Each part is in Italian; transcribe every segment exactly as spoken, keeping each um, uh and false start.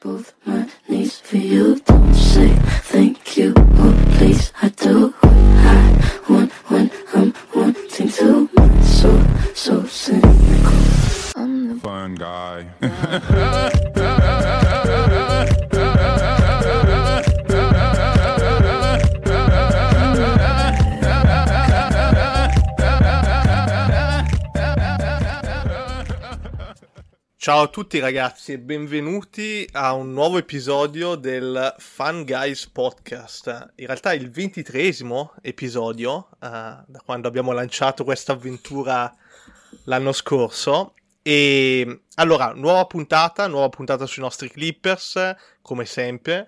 both my knees for you. Don't say thank you, oh please. I do what I want when I'm wanting to. My soul so cynical. I'm the fun guy. Ciao a tutti ragazzi e benvenuti a un nuovo episodio del Fun Guys Podcast. In realtà è il ventitreesimo episodio uh, da quando abbiamo lanciato questa avventura l'anno scorso. E allora, nuova puntata, nuova puntata sui nostri Clippers, come sempre.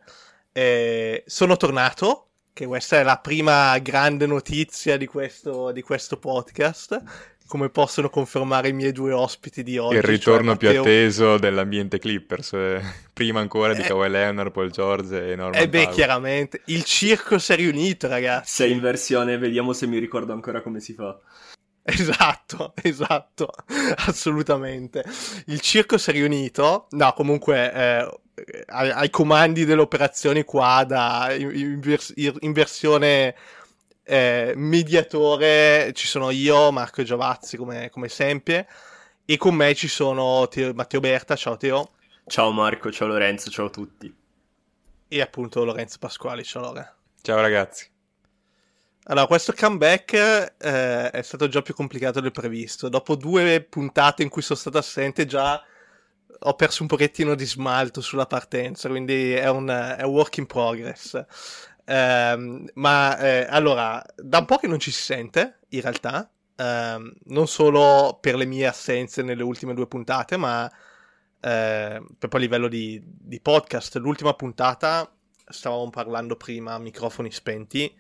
Eh, sono tornato, che questa è la prima grande notizia di questo, di questo podcast. Come possono confermare i miei due ospiti di oggi. Il ritorno cioè più Matteo... atteso dell'ambiente Clippers, eh, prima ancora di eh, Kawhi Leonard, Paul George e Norman Eh beh, Powell. chiaramente, il circo si è riunito, ragazzi. Sei in versione, vediamo se mi ricordo ancora come si fa. Esatto, esatto, assolutamente. Il circo si è riunito, no, comunque eh, ai, ai comandi delle operazioni qua, da, in, vers- in versione... Eh, mediatore ci sono io, Marco Giavazzi come, come sempre, e con me ci sono Teo, Matteo Berta. Ciao Teo. Ciao Marco, ciao Lorenzo, ciao a tutti. E appunto Lorenzo Pasquali. Ciao Lore. Ciao ragazzi. Allora, questo comeback eh, è stato già più complicato del previsto. Dopo due puntate in cui sono stato assente già ho perso un pochettino di smalto sulla partenza, quindi è un, è un work in progress. Um, ma eh, allora, da un po' che non ci si sente in realtà, um, non solo per le mie assenze nelle ultime due puntate, ma eh, proprio a livello di, di podcast. L'ultima puntata, stavamo parlando prima a microfoni spenti,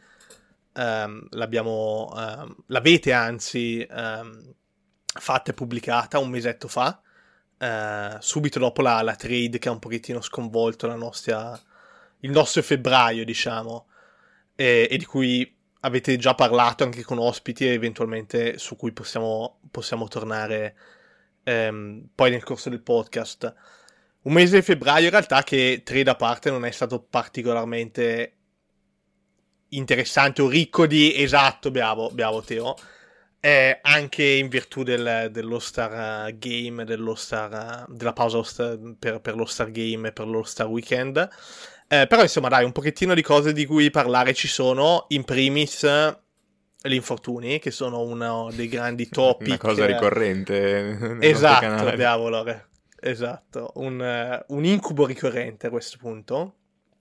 um, l'abbiamo um, l'avete anzi um, fatta e pubblicata un mesetto fa, uh, subito dopo la, la trade che ha un pochettino sconvolto la nostra il nostro febbraio, diciamo, e, e di cui avete già parlato anche con ospiti e eventualmente su cui possiamo, possiamo tornare ehm, poi nel corso del podcast. Un mese di febbraio in realtà che, trade a parte, non è stato particolarmente interessante o ricco di... Esatto, bravo, bravo Teo. Eh, anche in virtù del, dello Star Game, dello Star, della pausa All-Star, per, per lo Star Game e per lo Star Weekend. Eh, però insomma dai, un pochettino di cose di cui parlare ci sono, in primis gli infortuni, che sono uno dei grandi topic. Una cosa ricorrente nel esatto, nostro canale. Bravo Lore, esatto, un, uh, un incubo ricorrente a questo punto,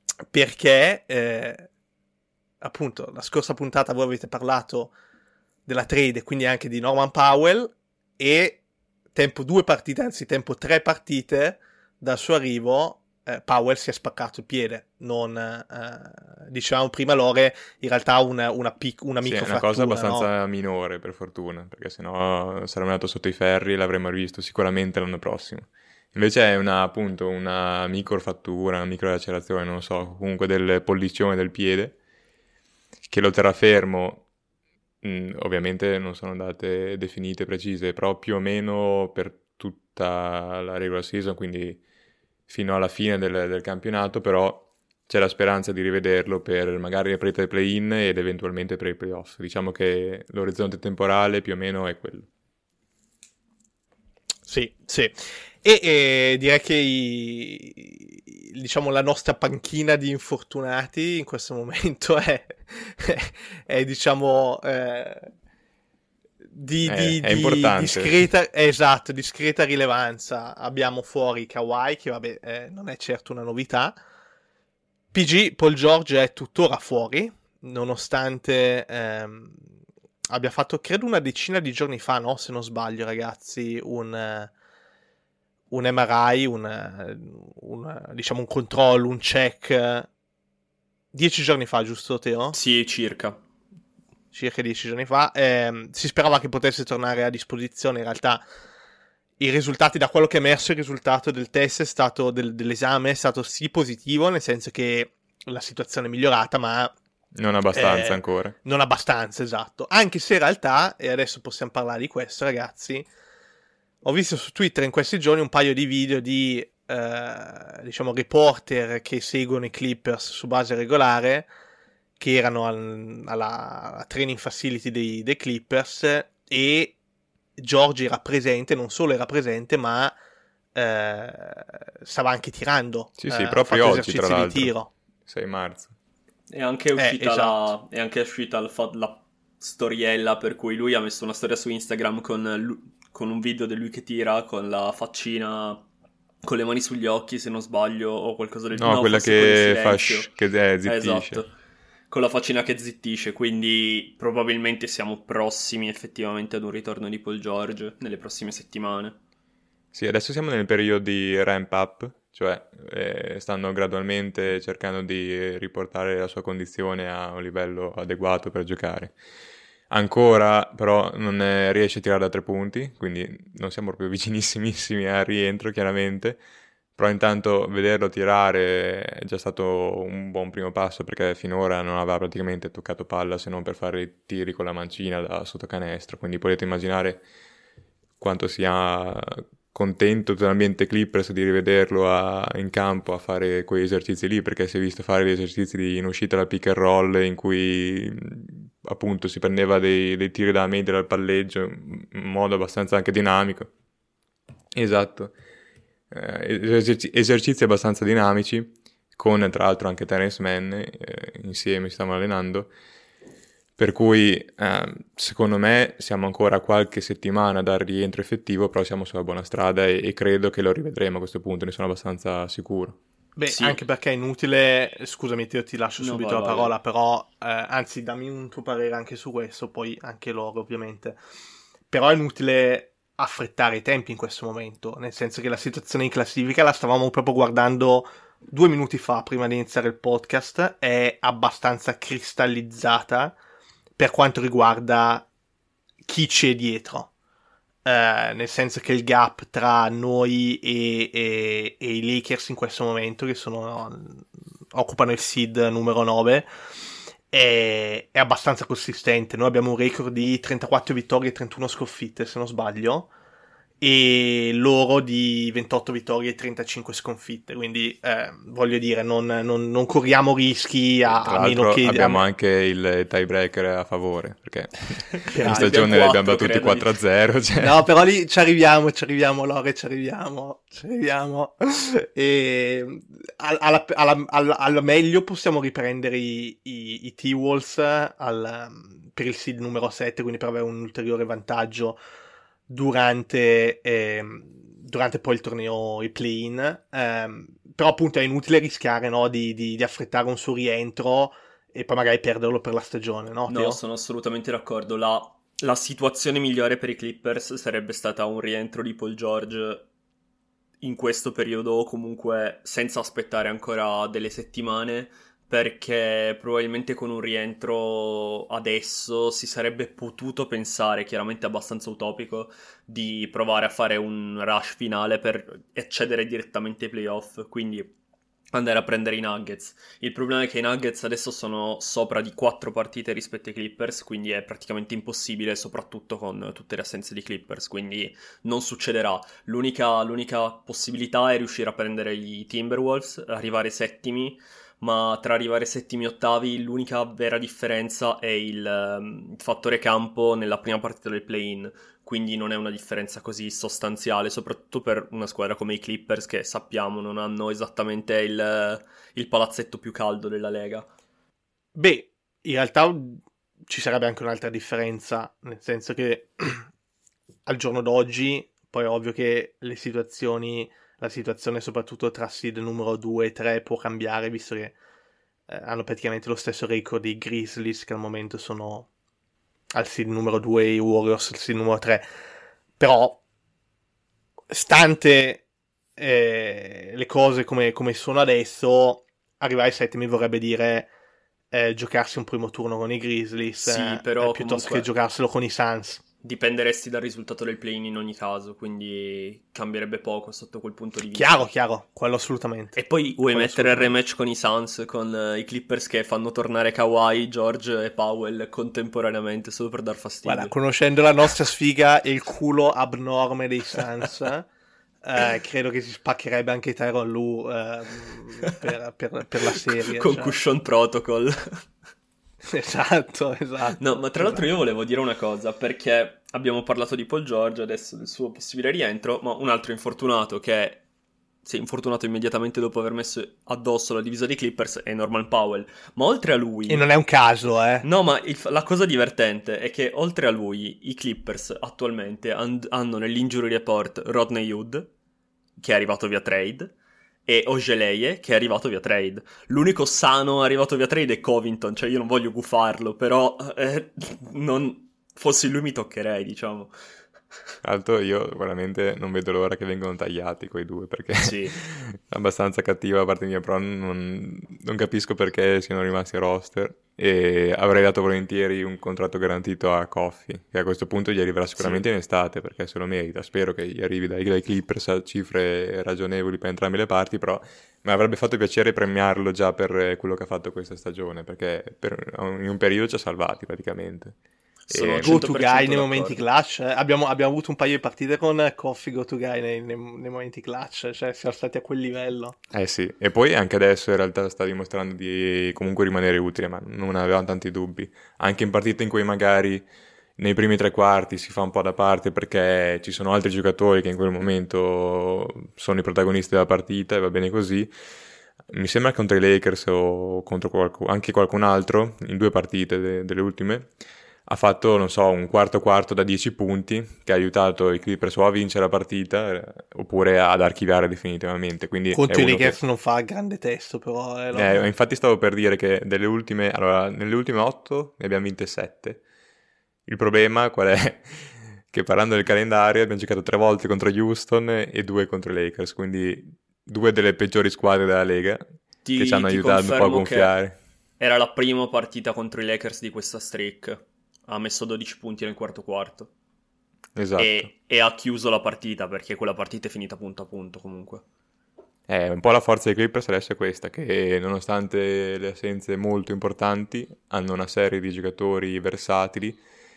perché eh, appunto la scorsa puntata voi avete parlato della trade, quindi anche di Norman Powell, e tempo due partite, anzi tempo tre partite dal suo arrivo, Eh, Powell si è spaccato il piede. Non eh, dicevamo prima Lore, in realtà una, una, pic- una Sì, è una microfrattura, cosa abbastanza no? minore, per fortuna, perché sennò saremmo andato sotto i ferri e l'avremmo rivisto sicuramente l'anno prossimo. Invece è una, appunto, una microfrattura, una microlacerazione, non so, comunque delle pollicioni del piede, che lo terrà fermo. Mm, ovviamente non sono date definite precise, però più o meno per tutta la regular season, quindi fino alla fine del, del campionato, però c'è la speranza di rivederlo per magari le partite play-in ed eventualmente per i playoff. Diciamo che l'orizzonte temporale più o meno è quello. Sì, sì. E, e direi che i, diciamo la nostra panchina di infortunati in questo momento è, è, è diciamo... Eh, Di, È, di, è di importante. discreta, esatto, discreta rilevanza. Abbiamo fuori Kawhi, che vabbè eh, non è certo una novità. P G, Paul George è tuttora fuori, nonostante ehm, abbia fatto, credo una decina di giorni fa, no, se non sbaglio ragazzi, un, un M R I, un, un, diciamo un controllo, un check, dieci giorni fa, giusto Teo? Sì, circa. circa dieci giorni fa, eh, si sperava che potesse tornare a disposizione. In realtà i risultati, da quello che è emerso, il risultato del test è stato, del, dell'esame è stato sì positivo, nel senso che la situazione è migliorata, ma non abbastanza eh, ancora. Non abbastanza, esatto. Anche se in realtà, e adesso possiamo parlare di questo ragazzi, ho visto su Twitter in questi giorni un paio di video di eh, diciamo, reporter che seguono i Clippers su base regolare, che erano al, alla training facility dei, dei Clippers, e George era presente, non solo era presente, ma eh, stava anche tirando. Sì, sì, eh, proprio ha fatto oggi, esercizi tra di l'altro. tiro. sei marzo. È anche uscita, Eh, esatto. la, è anche uscita il fa- la storiella per cui lui ha messo una storia su Instagram con, lu- con un video di lui che tira con la faccina con le mani sugli occhi, se non sbaglio, o qualcosa del No, quella forse con il che fa silenzio. shh, che eh, zittisce. Esatto, con la faccina che zittisce, quindi probabilmente siamo prossimi effettivamente ad un ritorno di Paul George nelle prossime settimane. Sì, adesso siamo nel periodo di ramp up, cioè eh, stanno gradualmente cercando di riportare la sua condizione a un livello adeguato per giocare. Ancora però non è- riesce a tirare da tre punti, quindi non siamo proprio vicinissimissimi al rientro chiaramente, però intanto vederlo tirare è già stato un buon primo passo, perché finora non aveva praticamente toccato palla se non per fare i tiri con la mancina da sotto canestro, quindi potete immaginare quanto sia contento dell'ambiente Clippers di rivederlo a- in campo a fare quei esercizi lì, perché si è visto fare gli esercizi di, in uscita dal pick and roll, in cui mh, appunto si prendeva dei, dei tiri dalla media dal palleggio in modo abbastanza anche dinamico. Esatto. Eh, esercizi, esercizi abbastanza dinamici, con tra l'altro anche Terence Mann, eh, insieme si stavano allenando, per cui eh, secondo me siamo ancora a qualche settimana dal rientro effettivo, però siamo sulla buona strada e, e credo che lo rivedremo a questo punto, ne sono abbastanza sicuro. Beh, Sì. anche perché è inutile, scusami, io ti lascio No, subito vai, la vai. parola, però, eh, anzi, dammi un tuo parere anche su questo, poi anche loro, ovviamente. Però è inutile affrettare i tempi in questo momento, nel senso che la situazione in classifica la stavamo proprio guardando due minuti fa, prima di iniziare il podcast, è abbastanza cristallizzata per quanto riguarda chi c'è dietro. Eh, nel senso che il gap tra noi e, e- e i Lakers in questo momento, che sono, occupano il seed numero nove, è, è abbastanza consistente. Noi abbiamo un record di trentaquattro vittorie e trentuno sconfitte, se non sbaglio, e loro di ventotto vittorie e trentacinque sconfitte, quindi eh, voglio dire, non, non- non corriamo rischi a, Tra a meno l'altro che abbiamo a- anche il tiebreaker a favore, perché in altri. stagione Abbiamo li abbiamo quattro, battuti credo, quattro a zero, cioè. No, però lì ci arriviamo, ci arriviamo, Lore, ci arriviamo, ci arriviamo. E al, alla- alla- al- al meglio possiamo riprendere i, i, i T-Wolves al, per il seed numero sette, quindi per avere un ulteriore vantaggio durante, ehm, durante poi il torneo, i play-in. Ehm, però appunto è inutile rischiare, no, di, di, di affrettare un suo rientro e poi magari perderlo per la stagione, no, No, Teo? sono assolutamente d'accordo. La, la situazione migliore per i Clippers sarebbe stata un rientro di Paul George in questo periodo, o comunque senza aspettare ancora delle settimane, perché probabilmente con un rientro adesso si sarebbe potuto pensare, chiaramente abbastanza utopico, di provare a fare un rush finale per accedere direttamente ai playoff, quindi andare a prendere i Nuggets. Il problema è che i Nuggets adesso sono sopra di quattro partite rispetto ai Clippers, quindi è praticamente impossibile, soprattutto con tutte le assenze di Clippers, quindi non succederà. L'unica, l'unica possibilità è riuscire a prendere i Timberwolves, arrivare settimi, ma tra arrivare settimi e ottavi l'unica vera differenza è il, ehm, il fattore campo nella prima partita del play-in, quindi non è una differenza così sostanziale, soprattutto per una squadra come i Clippers, che sappiamo non hanno esattamente il, il palazzetto più caldo della Lega. Beh, in realtà ci sarebbe anche un'altra differenza, nel senso che al giorno d'oggi, poi è ovvio che le situazioni, la situazione soprattutto tra seed numero due e tre può cambiare, visto che eh, hanno praticamente lo stesso record dei Grizzlies, che al momento sono al seed numero due, e i Warriors al seed numero tre. Però, stante eh, le cose come, come sono adesso, arrivare ai settimi vorrebbe dire eh, giocarsi un primo turno con i Grizzlies, Sì, eh, però eh, piuttosto comunque che giocarselo con i Suns. dipenderesti dal risultato del play-in in ogni caso, quindi cambierebbe poco sotto quel punto di vista. Chiaro, chiaro, quello assolutamente. E poi vuoi Quello mettere il assolutamente. rematch con i Suns, con eh, i Clippers che fanno tornare Kawhi, George e Powell contemporaneamente, solo per dar fastidio. Guarda, conoscendo la nostra sfiga e il culo abnorme dei Suns, eh, credo che si spaccherebbe anche Tyronn Lue eh, per, per, per la serie. Con cioè. Cushion Protocol. Esatto, esatto. No, ma tra l'altro esatto. io volevo dire una cosa, perché abbiamo parlato di Paul George adesso, del suo possibile rientro, ma un altro infortunato che si è infortunato immediatamente dopo aver messo addosso la divisa dei Clippers è Norman Powell. Ma oltre a lui... E non è un caso, eh. No, ma il- la cosa divertente è che oltre a lui i Clippers attualmente han- hanno nell'injury report Rodney Hood, che è arrivato via trade, e Ojeleye, che è arrivato via trade. L'unico sano arrivato via trade è Covington, cioè io non voglio gufarlo, però eh, non fossi lui mi toccherei, diciamo. Alto, io veramente non vedo l'ora che vengano tagliati quei due, perché Sì. è abbastanza cattiva da parte mia, però non, non capisco perché siano rimasti a roster, e avrei dato volentieri un contratto garantito a Coffey, che a questo punto gli arriverà sicuramente Sì. in estate, perché se lo merita. Spero che gli arrivi dai, dai Clippers a cifre ragionevoli per entrambe le parti, però mi avrebbe fatto piacere premiarlo già per quello che ha fatto questa stagione, perché per, in un periodo ci ha salvati praticamente. Sono E- Go to cento per guy cento nei momenti d'accordo. clutch. eh. Abbiamo, abbiamo avuto un paio di partite con Coffee go to guy nei, nei- nei momenti clutch, cioè siamo stati a quel livello. Eh sì, e poi anche adesso in realtà sta dimostrando di comunque rimanere utile, ma non avevamo tanti dubbi. Anche in partite in cui magari nei primi tre quarti si fa un po' da parte perché ci sono altri giocatori che in quel momento sono i protagonisti della partita e va bene così. Mi sembra contro i Lakers o contro qualcu- anche qualcun altro, in due partite de- delle ultime, ha fatto, non so, un quarto quarto da dieci punti che ha aiutato i Clippers o a vincere la partita eh, oppure ad archiviare definitivamente. Quindi Contro è i uno Lakers che... non fa grande testo, però. eh, no. Eh, infatti stavo per dire che delle ultime, allora, nelle ultime otto ne abbiamo vinte sette. Il problema qual è? Che parlando del calendario abbiamo giocato tre volte contro Houston e due contro i Lakers, quindi due delle peggiori squadre della Lega Ti, che ci hanno ti aiutato un po' a confermo gonfiare. che era la prima partita contro i Lakers di questa streak. Ha messo dodici punti nel quarto quarto. Esatto. E, e ha chiuso la partita, perché quella partita è finita punto a punto comunque. Eh, un po' la forza dei Clippers adesso è questa, che nonostante le assenze molto importanti, hanno una serie di giocatori versatili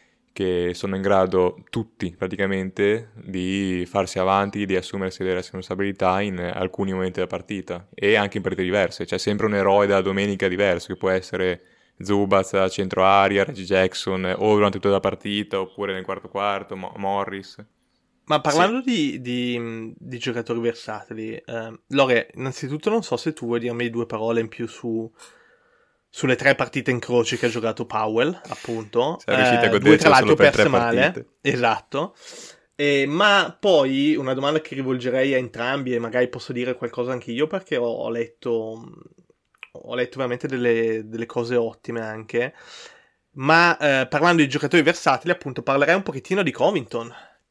che sono in grado tutti praticamente di farsi avanti, di assumersi le responsabilità in alcuni momenti della partita e anche in partite diverse. C'è sempre un eroe della domenica diverso, che può essere Zubac a centro aria, Reggie Jackson o durante tutta la partita oppure nel quarto quarto, Mo- Morris. Ma parlando di, di, di giocatori versatili, eh, Lore, innanzitutto non so se tu vuoi dirmi due parole in più su sulle tre partite in croce che ha giocato Powell, appunto. Sei riusciti a Eh, due godercelo tra l'altro solo per perse tre male, partite. esatto. Eh, ma poi una domanda che rivolgerei a entrambi, e magari posso dire qualcosa anche io, perché ho, ho letto ho letto veramente delle, delle cose ottime anche. Ma eh, parlando di giocatori versatili, appunto, parlerei un pochettino di Covington,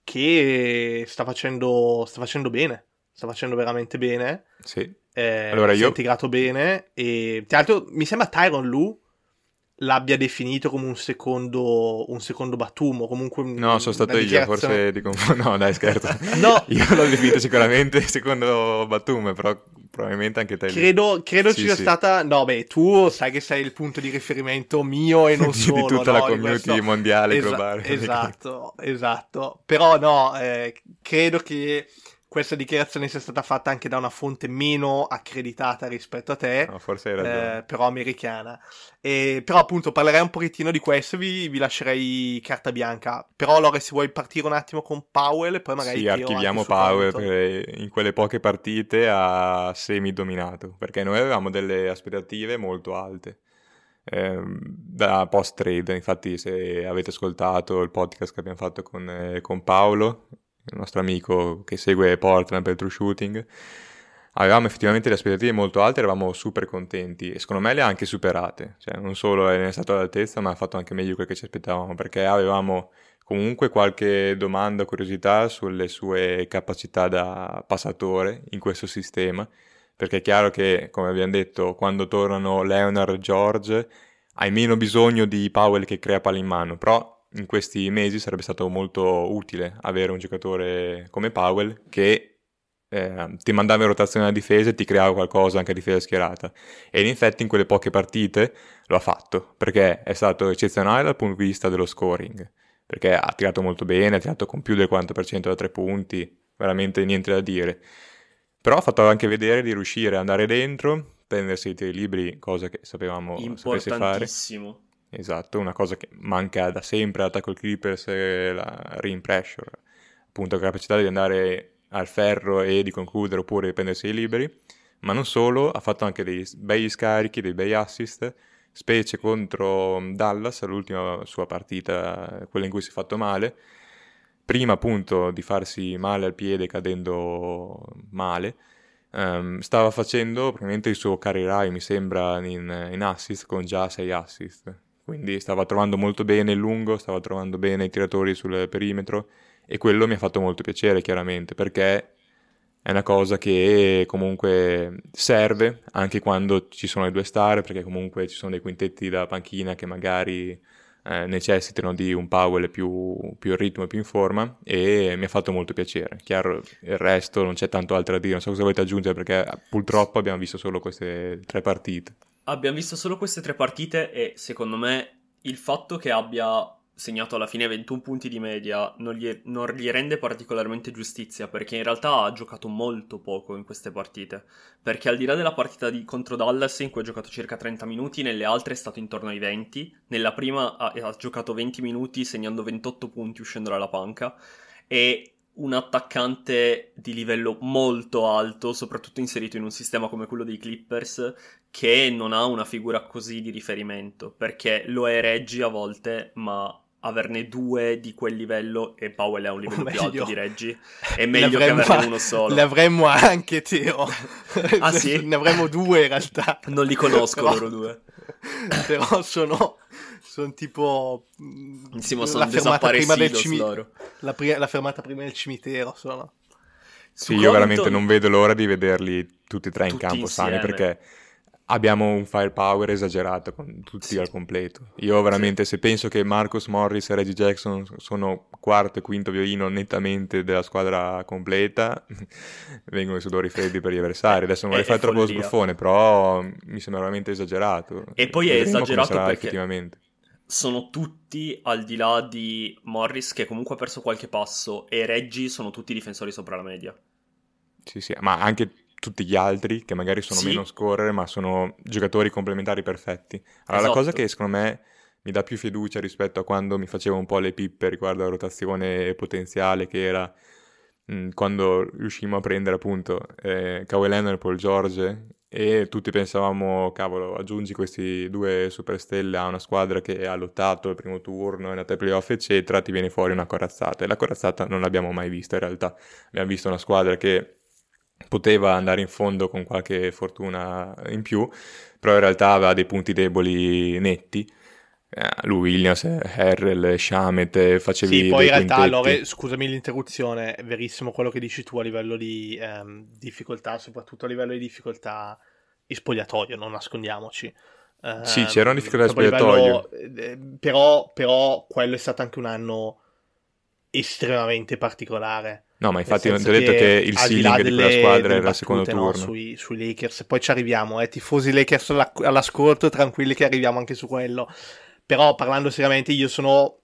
che sta facendo, sta facendo bene, sta facendo veramente bene. Sì. Eh, Allora si è io- integrato bene e tra l'altro mi sembra Tyronn Lue l'abbia definito come un secondo un secondo Batum o comunque un- No, sono stato una io, dichiarazione- forse di conf- No, dai, scherzo. No. Io l'ho definito sicuramente secondo Batum, però probabilmente anche te. lì. credo, credo Sì, ci sia sì. stata no beh tu sai che sei il punto di riferimento mio e non Di- solo di tutta no, la di community questo- mondiale, Esa- globale. esatto esatto però no eh, credo che questa dichiarazione sia stata fatta anche da una fonte meno accreditata rispetto a te, No, forse hai ragione. eh, però americana. E, però appunto parlerei un pochettino di questo e vi, vi lascerei carta bianca. Però Lore, se vuoi partire un attimo con Powell e poi magari Sì, tiro archiviamo anche su Powell Covington. perché in quelle poche partite ha semi-dominato, perché noi avevamo delle aspettative molto alte ehm, da post-trade. Infatti se avete ascoltato il podcast che abbiamo fatto con, eh, con Paolo, il nostro amico che segue Portland per True Shooting, avevamo effettivamente le aspettative molto alte, eravamo super contenti e secondo me le ha anche superate, cioè non solo è stato all'altezza ma ha fatto anche meglio quel che ci aspettavamo, perché avevamo comunque qualche domanda o curiosità sulle sue capacità da passatore in questo sistema, perché è chiaro che, come abbiamo detto, quando tornano Leonard e George hai meno bisogno di Powell che crea palla in mano, però in questi mesi sarebbe stato molto utile avere un giocatore come Powell che eh, ti mandava in rotazione alla difesa e ti creava qualcosa anche a difesa schierata, e in effetti in quelle poche partite lo ha fatto, perché è stato eccezionale dal punto di vista dello scoring, perché ha tirato molto bene, ha tirato con più del quaranta per cento da tre punti, veramente niente da dire. Però ha fatto anche vedere di riuscire ad andare dentro, prendersi i tiri liberi, cosa che sapevamo sapesse fare. Importantissimo. Esatto, una cosa che manca da sempre all'attacco al Clippers è la rim pressure, appunto la capacità di andare al ferro e di concludere oppure di prendersi i liberi, ma non solo, ha fatto anche dei bei scarichi, dei bei assist, specie contro Dallas, l'ultima sua partita, quella in cui si è fatto male, prima appunto di farsi male al piede cadendo male, um, stava facendo praticamente il suo career high, mi sembra, in, in assist, con già sei assist. Quindi stava trovando molto bene il lungo, stava trovando bene i tiratori sul perimetro e quello mi ha fatto molto piacere chiaramente perché è una cosa che comunque serve anche quando ci sono le due star, perché comunque ci sono dei quintetti da panchina che magari eh, necessitano di un Powell più, più in ritmo e più in forma e mi ha fatto molto piacere. Chiaro, il resto non c'è tanto altro da dire, non so cosa volete aggiungere perché purtroppo abbiamo visto solo queste tre partite. Abbiamo visto solo queste tre partite e secondo me il fatto che abbia segnato alla fine ventuno punti di media non gli, non gli rende particolarmente giustizia perché in realtà ha giocato molto poco in queste partite, perché al di là della partita di, contro Dallas in cui ha giocato circa trenta minuti, nelle altre è stato intorno ai venti, nella prima ha, ha giocato venti minuti segnando ventotto punti uscendo dalla panca e un attaccante di livello molto alto, soprattutto inserito in un sistema come quello dei Clippers, che non ha una figura così di riferimento, perché lo è Reggie a volte, ma averne due di quel livello, e Powell è a un livello più alto di Reggie, è meglio che averne uno solo. Ne avremmo anche, Teo. Ah sì? Ne avremmo due in realtà. Non li conosco però, loro due. Però sono... sono tipo sì, ma sono la fermata prima del cimitero la, pri- la fermata prima del cimitero sono. Sì, io veramente non vedo l'ora di vederli tutti e tre in tutti campo insieme. sani perché abbiamo un firepower esagerato con tutti sì. al completo. Io veramente sì. Se penso che Marcus Morris e Reggie Jackson sono quarto e quinto violino nettamente della squadra completa, vengono i sudori freddi per gli avversari. Adesso non vorrei fare troppo lo sbruffone, però mi sembra veramente esagerato. E poi è Vedremo esagerato come sarà perché effettivamente. Sono tutti, al di là di Morris che comunque ha perso qualche passo, e Reggie sono tutti difensori sopra la media. Sì, sì, ma anche tutti gli altri che magari sono sì. meno scorrere ma sono giocatori complementari perfetti. Allora esatto. La cosa che secondo me mi dà più fiducia rispetto a quando mi facevo un po' le pippe riguardo alla rotazione potenziale che era mh, quando riuscimmo a prendere appunto eh, Kawhi Leonard e Paul George e tutti pensavamo cavolo aggiungi questi due superstelle a una squadra che ha lottato il primo turno è andata ai playoff eccetera, ti viene fuori una corazzata e la corazzata non l'abbiamo mai vista in realtà. Abbiamo visto una squadra che poteva andare in fondo con qualche fortuna in più, però in realtà aveva dei punti deboli netti. Eh, lui, Williams, Harrell, Shamet, facevi sì, poi dei in realtà, quintetti. Lore, scusami l'interruzione, è verissimo quello che dici tu a livello di ehm, difficoltà, soprattutto a livello di difficoltà in spogliatoio, non nascondiamoci. Eh, sì, c'era una difficoltà in spogliatoio. Livello, eh, però, però quello è stato anche un anno estremamente particolare. No, ma infatti non ti ho detto che il ceiling di quella squadra era il secondo turno. No, sui, sui Lakers, poi ci arriviamo, eh, tifosi Lakers alla, all'ascolto, tranquilli che arriviamo anche su quello. Però parlando seriamente io sono...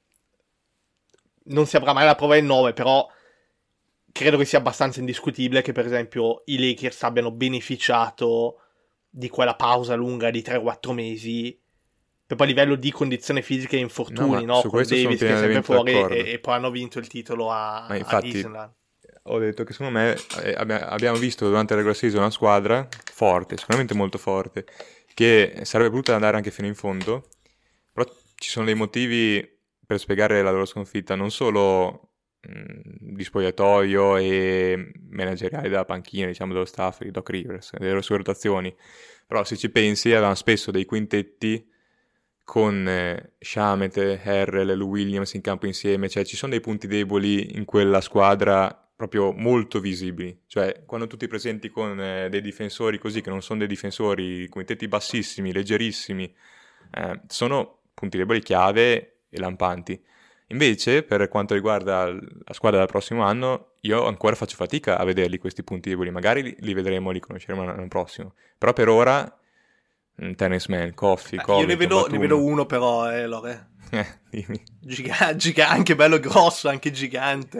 non si avrà mai la prova del nove, però credo che sia abbastanza indiscutibile che per esempio i Lakers abbiano beneficiato di quella pausa lunga di tre quattro mesi proprio a livello di condizione fisica e infortuni, no? no? Su Con Davis che è sempre fuori e, e poi hanno vinto il titolo a, ma infatti, a Disneyland. Ho detto che secondo me eh, abbiamo visto durante la regular season una squadra forte, sicuramente molto forte, che sarebbe voluta andare anche fino in fondo, però ci sono dei motivi per spiegare la loro sconfitta, non solo mh, di spogliatoio e manageriali della panchina, diciamo dello staff di Doc Rivers, delle sue rotazioni, però se ci pensi avevano spesso dei quintetti con eh, Shamet, Harrell e Lou Williams in campo insieme, cioè ci sono dei punti deboli in quella squadra proprio molto visibili, cioè quando tu ti presenti con eh, dei difensori così che non sono dei difensori, quintetti bassissimi, leggerissimi, eh, sono punti deboli chiave e lampanti. Invece per quanto riguarda la squadra del prossimo anno io ancora faccio fatica a vederli questi punti deboli, magari li, li vedremo, li conosceremo l'anno prossimo, però per ora Terrence Mann, Coffee, eh, Covington, io ne vedo, Batum. ne vedo uno però, eh, Lore. Eh, dimmi. Giga- giga- anche bello grosso, anche gigante.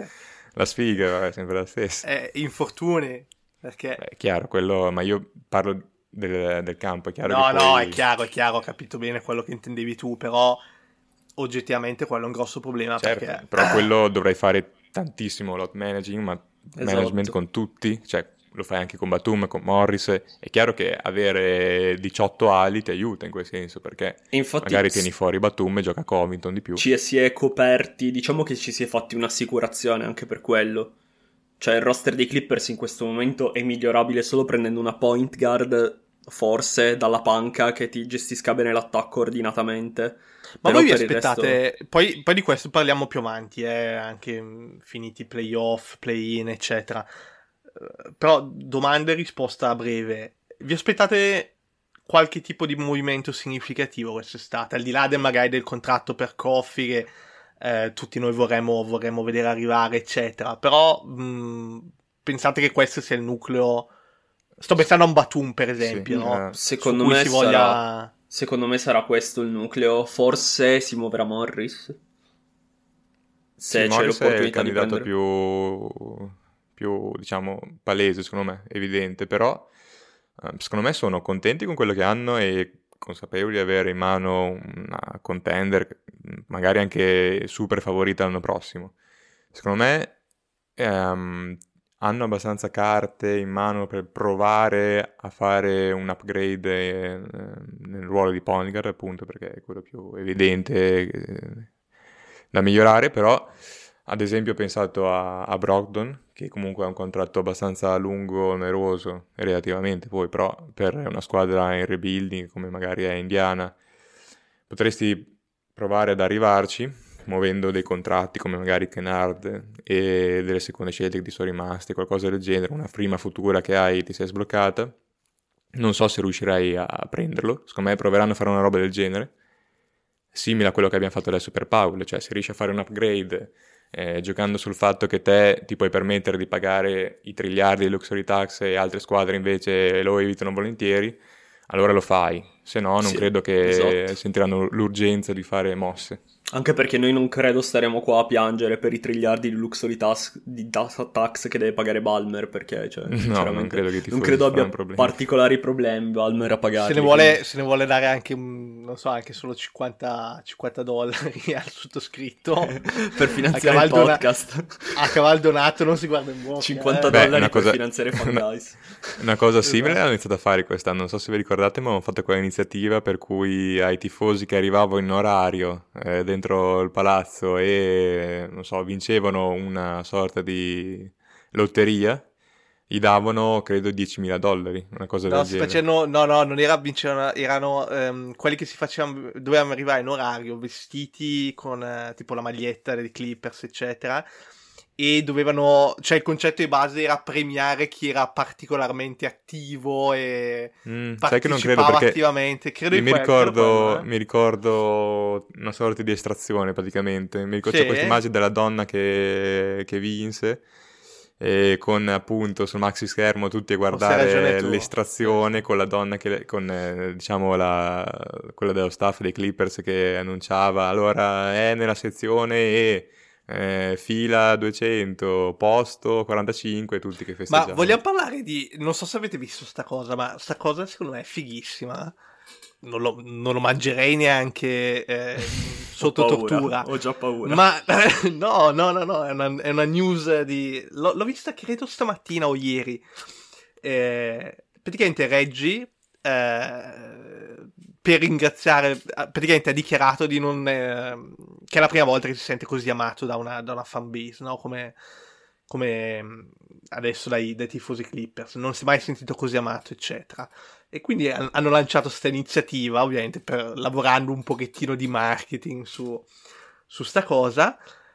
La sfiga è sempre la stessa. Eh, infortuni, perché... Beh, è chiaro, quello, ma io parlo del, del campo, è chiaro No, che no, poi... è chiaro, è chiaro, ho capito bene quello che intendevi tu, però oggettivamente quello è un grosso problema Certo, perché... però quello dovrai fare tantissimo load managing, ma management Esatto. con tutti, cioè lo fai anche con Batum, con Morris. È chiaro che avere diciotto ali ti aiuta in quel senso, perché E infatti magari s- tieni fuori Batum e gioca Covington di più. ci si è coperti, diciamo che ci si è fatti un'assicurazione anche per quello. Cioè il roster dei Clippers in questo momento è migliorabile solo prendendo una point guard, forse, dalla panca che ti gestisca bene l'attacco ordinatamente. Ma Però voi vi per il resto- aspettate, poi, poi di questo parliamo più avanti, eh, anche mh, finiti i playoff, play-in, eccetera. Eh, Però domanda e risposta a breve. Vi aspettate qualche tipo di movimento significativo quest'estate, al di là del magari del contratto per Coffey che eh, tutti noi vorremmo, vorremmo vedere arrivare, eccetera. Però mh, pensate che questo sia il nucleo... Sto pensando a un Batum, per esempio, Sì, no? eh, Secondo Su cui me si sarà... voglia... Secondo me sarà questo il nucleo. Forse si muoverà Morris. Se sì, c'è Morris è il l'opportunità di candidato prendere. più, più, diciamo, palese, secondo me, evidente, però eh, secondo me sono contenti con quello che hanno e consapevoli di avere in mano una contender, magari anche super favorita l'anno prossimo. Secondo me ehm, hanno abbastanza carte in mano per provare a fare un upgrade eh, nel ruolo di point guard, appunto, perché è quello più evidente eh, da migliorare, però ad esempio ho pensato a, a Brogdon, che comunque ha un contratto abbastanza lungo, oneroso, relativamente poi, però per una squadra in rebuilding come magari è Indiana, potresti provare ad arrivarci, muovendo dei contratti come magari Kennard e delle seconde scelte che ti sono rimaste, qualcosa del genere, una prima futura che hai ti sei sbloccata. Non so se riuscirai a prenderlo, secondo me proveranno a fare una roba del genere, simile a quello che abbiamo fatto adesso per Paul, cioè se riesci a fare un upgrade eh, giocando sul fatto che te ti puoi permettere di pagare i triliardi di luxury tax e altre squadre invece lo evitano volentieri, allora lo fai, se no non Sì, credo che esatto. sentiranno l'urgenza di fare mosse. Anche perché noi non credo staremo qua a piangere per i triliardi di luxury tax, di data tax che deve pagare Balmer, perché, cioè, No, sinceramente, non credo che i non tifosi credo si abbia faranno problemi. particolari problemi Balmer a Se pagarli. ne, vuole, quindi- se ne vuole dare anche, un- non so, anche solo cinquanta, cinquanta dollari al sottoscritto. per A finanziare caval, il dona- podcast. a caval donato non si guarda in bocca. cinquanta eh. Beh, dollari una per cosa- finanziare Fan una- Guys. Una cosa Esatto. simile hanno iniziato a fare quest'anno, non so se vi ricordate, ma hanno fatto quell'iniziativa per cui ai tifosi che arrivavano in orario eh, dentro il palazzo e, non so, vincevano una sorta di lotteria, gli davano, credo, diecimila dollari, una cosa No, del si genere. facevano, no, no, non era vincevano, erano ehm, quelli che si facevano, dovevano arrivare in orario, vestiti con eh, tipo la maglietta dei Clippers, eccetera. E dovevano, cioè il concetto di base era premiare chi era particolarmente attivo e Mm, sai che non credo partecipava perché attivamente. Credo io in mi que- credo ricordo, quello, eh. mi ricordo una sorta di estrazione praticamente. Mi ricordo Sì? c'è questa immagine della donna che, che vinse e con appunto sul maxi schermo tutti a Forse hai ragione guardare tu. l'estrazione Sì, sì. con la donna che, con eh, diciamo la, quella dello staff dei Clippers che annunciava allora è nella sezione E. Eh, fila duecento, posto quarantacinque, tutti che Ma festeggiavano. vogliamo parlare di... Non so se avete visto sta cosa, ma sta cosa secondo me è fighissima. Non lo, non lo mangerei neanche eh, sotto Ho paura, tortura. ho già paura. Ma no, no, no, no, è una, è una news di... L'ho, l'ho vista credo stamattina o ieri. Eh, praticamente Reggie, eh, per ringraziare, praticamente ha dichiarato di non... eh, che è la prima volta che si sente così amato da una, da una fanbase, no? Come, come adesso dai, dai tifosi Clippers. Non si è mai sentito così amato, eccetera. E quindi han- hanno lanciato questa iniziativa, ovviamente, per, lavorando un pochettino di marketing su, su sta cosa.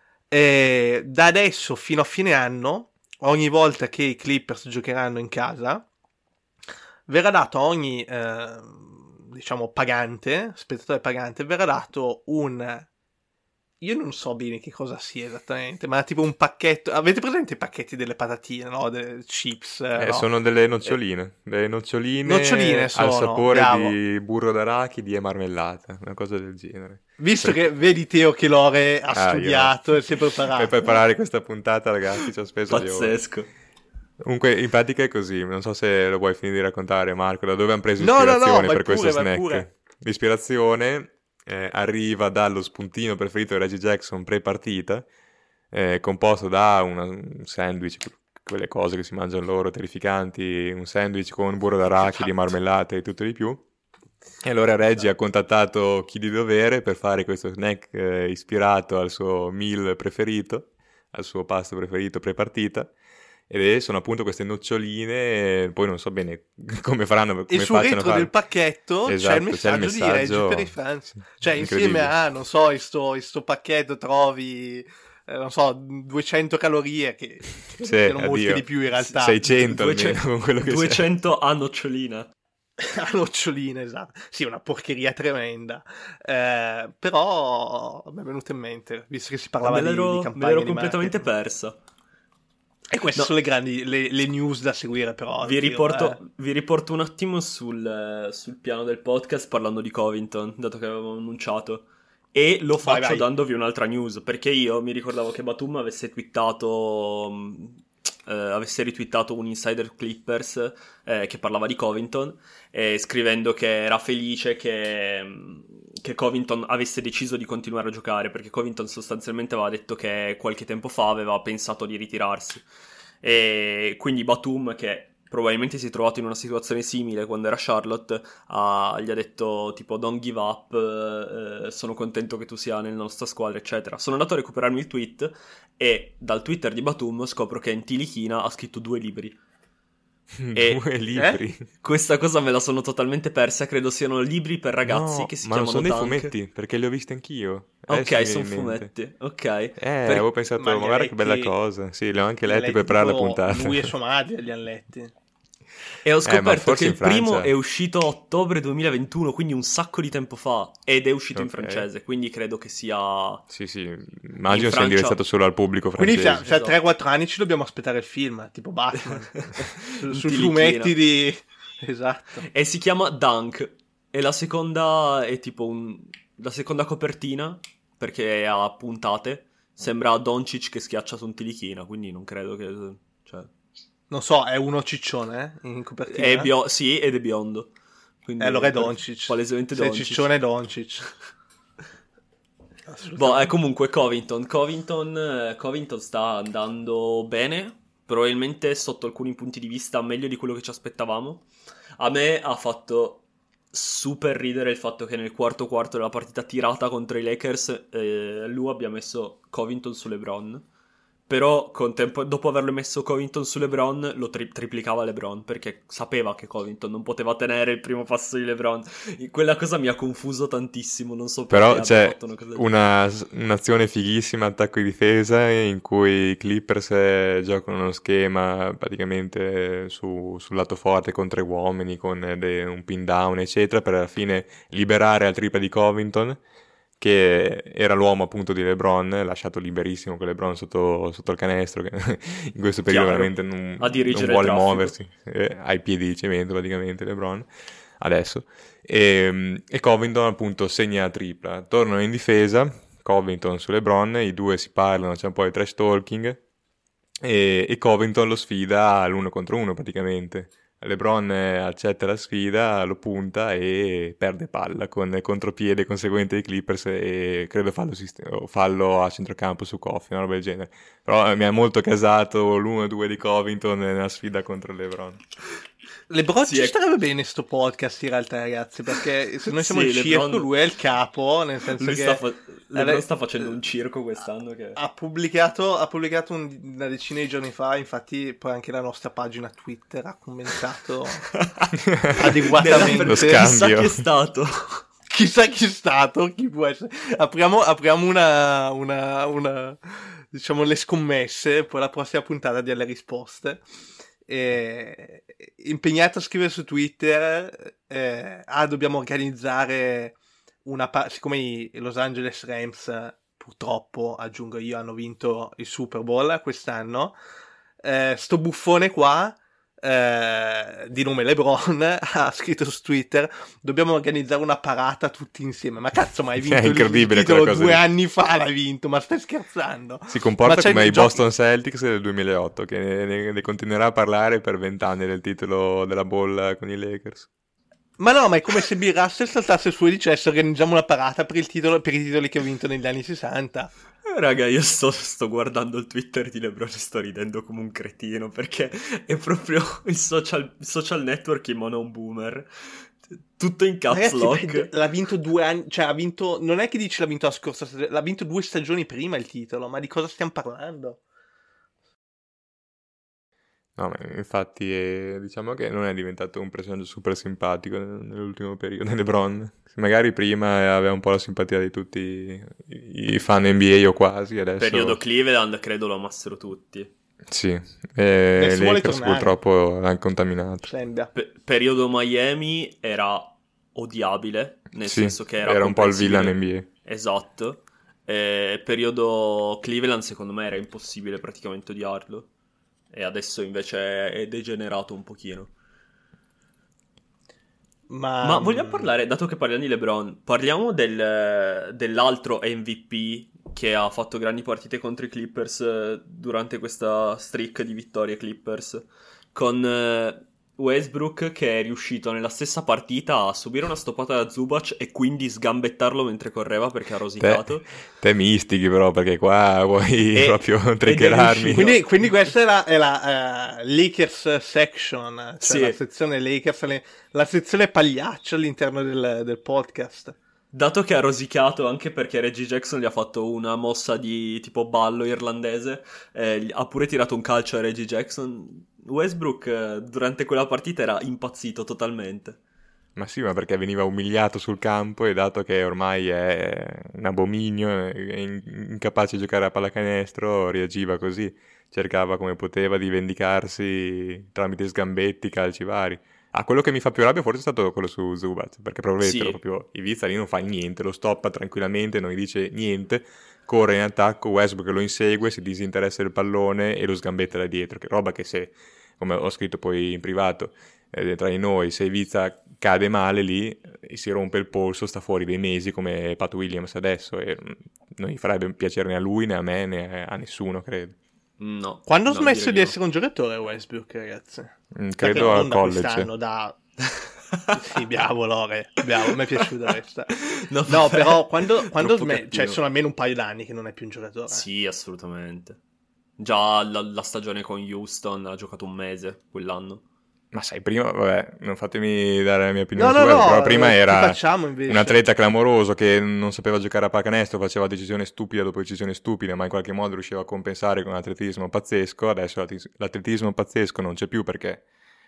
E da adesso fino a fine anno, ogni volta che i Clippers giocheranno in casa, verrà dato a ogni, eh, diciamo, pagante, spettatore pagante, verrà dato un io non so bene che cosa sia esattamente, ma tipo un pacchetto. Avete presente i pacchetti delle patatine, no? Delle chips? Eh, no? sono delle noccioline, eh, delle noccioline, noccioline sono, al sapore bravo. di burro d'arachidi e marmellata, una cosa del genere. Visto Perché... che vedi Teo che Lore ha ah, studiato io... e si è preparato. Per preparare questa puntata, ragazzi, ci ho speso pazzesco. le ore. Comunque, in pratica è così, non so se lo vuoi finire di raccontare, Marco, da dove hanno preso no, ispirazione no, no, per pure, questo snack? Pure. L'ispirazione eh, arriva dallo spuntino preferito di Reggie Jackson pre-partita, eh, composto da una, un sandwich, quelle cose che si mangiano loro, terrificanti, un sandwich con burro d'arachidi, marmellate e tutto di più. E allora Reggie ha contattato chi di dovere per fare questo snack eh, ispirato al suo meal preferito, al suo pasto preferito pre-partita. Ed sono appunto queste noccioline, poi non so bene come faranno, come e sul retro fare. del pacchetto esatto, c'è, il messaggio, c'è il messaggio di Reggie per i fans. Cioè insieme a, non so, in sto, in sto pacchetto trovi, eh, non so, duecento calorie che, che sì, sono molte di più in realtà. seicento duecento, almeno, con quello che duecento a nocciolina. A nocciolina, esatto. Sì, una porcheria tremenda. Eh, però mi è venuto in mente, visto che si parlava di, di campagna me l'ero di completamente marketing. persa. E queste no. sono le grandi le, le news da seguire, però. Vi riporto, eh. vi riporto un attimo sul, sul piano del podcast parlando di Covington, dato che avevamo annunciato. E lo faccio vai, vai. dandovi un'altra news, perché io mi ricordavo che Batum avesse twittato, eh, avesse ritwittato un insider Clippers eh, che parlava di Covington, eh, scrivendo che era felice che, che Covington avesse deciso di continuare a giocare, perché Covington sostanzialmente aveva detto che qualche tempo fa aveva pensato di ritirarsi. E quindi Batum, che probabilmente si è trovato in una situazione simile quando era Charlotte, uh, gli ha detto tipo don't give up, uh, sono contento che tu sia nella nostra squadra eccetera. Sono andato a recuperarmi il tweet e dal Twitter di Batum scopro che Ntilichina ha scritto due libri. E due libri? Eh? Questa cosa me la sono totalmente persa, credo siano libri per ragazzi no, che si ma chiamano non sono Dunk. dei fumetti, perché li ho visti anch'io. Ok, sono fumetti, ok. Eh, per... avevo pensato, ma guarda letti... che bella cosa. Sì, li ho anche letti letti per preparare la tipo puntata. Lui e sua madre li hanno letti. E ho scoperto eh, che il Francia... primo è uscito a ottobre duemilaventuno, quindi un sacco di tempo fa, ed è uscito okay. in francese, quindi credo che sia... Sì, sì, immagino in sia Francia... indirizzato solo al pubblico francese. Quindi fra, fra esatto. tre quattro anni ci dobbiamo aspettare il film, tipo Batman, su, sui fumetti di... Esatto. E si chiama Dunk, e la seconda è tipo un... la seconda copertina, perché è a puntate, sembra Doncic che schiaccia su un tilichina, quindi non credo che... Cioè... Non so, è uno ciccione eh, in copertina? È bio- sì, ed è biondo. Quindi eh, allora è Doncic. Palesemente Se Doncic. è ciccione è Doncic. Boh, è comunque Covington. Covington, Covington sta andando bene, probabilmente sotto alcuni punti di vista meglio di quello che ci aspettavamo. A me ha fatto super ridere il fatto che nel quarto quarto della partita tirata contro i Lakers eh, lui abbia messo Covington su LeBron. Però con tempo, dopo averlo messo Covington su LeBron lo tri- triplicava LeBron, perché sapeva che Covington non poteva tenere il primo passo di LeBron. Quella cosa mi ha confuso tantissimo, non so perché. Però c'è fatto una cosa una, un'azione fighissima, attacco di difesa, in cui i Clippers eh, giocano uno schema praticamente su, sul lato forte con tre uomini, con de, un pin down eccetera, per alla fine liberare al tripla di Covington, che era l'uomo appunto di LeBron, lasciato liberissimo con LeBron sotto, sotto il canestro, che in questo periodo Chiaro. veramente non, A dirigere non vuole il traffico. muoversi, eh, ai piedi di cemento praticamente LeBron adesso, e, e Covington appunto segna tripla, tornano in difesa, Covington su LeBron, i due si parlano, c'è un po' di trash talking, e, e Covington lo sfida all'uno contro uno praticamente. LeBron accetta la sfida, lo punta e perde palla con contropiede conseguente ai Clippers e credo fallo, sist- fallo a centrocampo su Coffey, una roba del genere. Però mi ha molto casato l'uno due di Covington nella sfida contro LeBron. LeBron Sì, ci è... starebbe bene sto podcast in realtà, ragazzi, perché se noi siamo sì, il LeBron... circo, lui è il capo, nel senso lui che sta fa... LeBron Ale... sta facendo un circo quest'anno che... ha pubblicato, ha pubblicato un, una decina di giorni fa, infatti poi anche la nostra pagina Twitter ha commentato adeguatamente. Lo scambio. Chissà chi è stato. Chissà chi è stato, chi può essere. Apriamo, apriamo una, una, una, diciamo, le scommesse, poi la prossima puntata dia le risposte. Eh, impegnato a scrivere su Twitter, eh, ah, dobbiamo organizzare una pa- siccome i Los Angeles Rams purtroppo, aggiungo io, hanno vinto il Super Bowl quest'anno. Eh, sto buffone qua, eh, di nome LeBron, ha scritto su Twitter: dobbiamo organizzare una parata tutti insieme. Ma cazzo, ma hai vinto È incredibile il titolo quella cosa due lì. anni fa, l'hai vinto, ma stai scherzando? Si comporta Ma c'hai come i dei giochi- Boston Celtics del duemilaotto, che ne, ne- ne continuerà a parlare per vent'anni del titolo della bolla con i Lakers. Ma no, ma è come se Bill Russell saltasse su e dicesse: organizziamo una parata per il titolo, per i titoli che ho vinto negli anni sessanta. Eh, Raga, io sto, sto guardando il Twitter di LeBron e sto ridendo come un cretino, perché è proprio il social, il social network in mono un boomer. Tutto in caps Ragazzi, lock. beh, l'ha vinto due anni, cioè ha vinto, non è che dici l'ha vinto la scorsa stagione, l'ha vinto due stagioni prima il titolo, ma di cosa stiamo parlando? No, ma infatti eh, diciamo che non è diventato un personaggio super simpatico nel- nell'ultimo periodo, LeBron. Magari prima aveva un po' la simpatia di tutti i, i fan N B A o quasi, adesso... Periodo Cleveland credo lo amassero tutti. Sì, e Adesso vuole Lakers tornare. purtroppo l'hanno contaminato. Sembra. Pe- periodo Miami era odiabile, nel Sì, senso che era, era un po' il comprensibile. villain N B A. Esatto. E periodo Cleveland secondo me era impossibile praticamente odiarlo. E adesso invece è degenerato un pochino. Ma, Ma vogliamo parlare, dato che parliamo di LeBron, parliamo del, dell'altro M V P che ha fatto grandi partite contro i Clippers eh, durante questa streak di vittorie Clippers, con eh, Westbrook che è riuscito nella stessa partita a subire una stoppata da Zubac e quindi sgambettarlo mentre correva perché ha rosicato. Te, te mistichi però, perché qua vuoi E- proprio ed è triggerarmi. riuscito. Quindi, quindi questa è la, è la eh, Lakers section, cioè Sì. la sezione Lakers, le- la sezione pagliaccio all'interno del, del podcast. Dato che ha rosicato anche perché Reggie Jackson gli ha fatto una mossa di tipo ballo irlandese, eh, gli- ha pure tirato un calcio a Reggie Jackson. Westbrook eh, durante quella partita era impazzito totalmente. Ma sì, ma perché veniva umiliato sul campo e dato che ormai è un abominio, è in- incapace di giocare a pallacanestro, reagiva così, cercava come poteva di vendicarsi tramite sgambetti, calci vari. Ah, quello che mi fa più rabbia forse è stato quello su Zubac, perché proprio, Sì. proprio Ivica lì non fa niente, lo stoppa tranquillamente, non gli dice niente, corre in attacco, Westbrook lo insegue, si disinteressa del pallone e lo sgambetta da dietro, che roba che se, come ho scritto poi in privato, eh, tra di noi, se Ivica cade male lì e si rompe il polso, sta fuori dei mesi come Pat Williams adesso e mm, non gli farebbe piacere né a lui né a me né a nessuno, credo. No. Quando ha no, smesso direi di no. essere un giocatore Westbrook, ragazzi? Mm, Perché credo non al da college. quest'anno, da... Sì, bravo Lore, bravo, mi è piaciuta questa. No, No, vabbè. però quando, quando Troppo sme- cioè cattivo. sono almeno un paio d'anni che non è più un giocatore. Sì, assolutamente. Già la, la stagione con Houston ha giocato un mese quell'anno. Ma sai, prima, vabbè, non fatemi dare la mia opinione No, su no, Westbrook, no, però prima ti era facciamo invece. un atleta clamoroso che non sapeva giocare a pallacanestro, faceva decisione stupida dopo decisione stupida, ma in qualche modo riusciva a compensare con un atletismo pazzesco. Adesso l'atletis- l'atletismo pazzesco non c'è più perché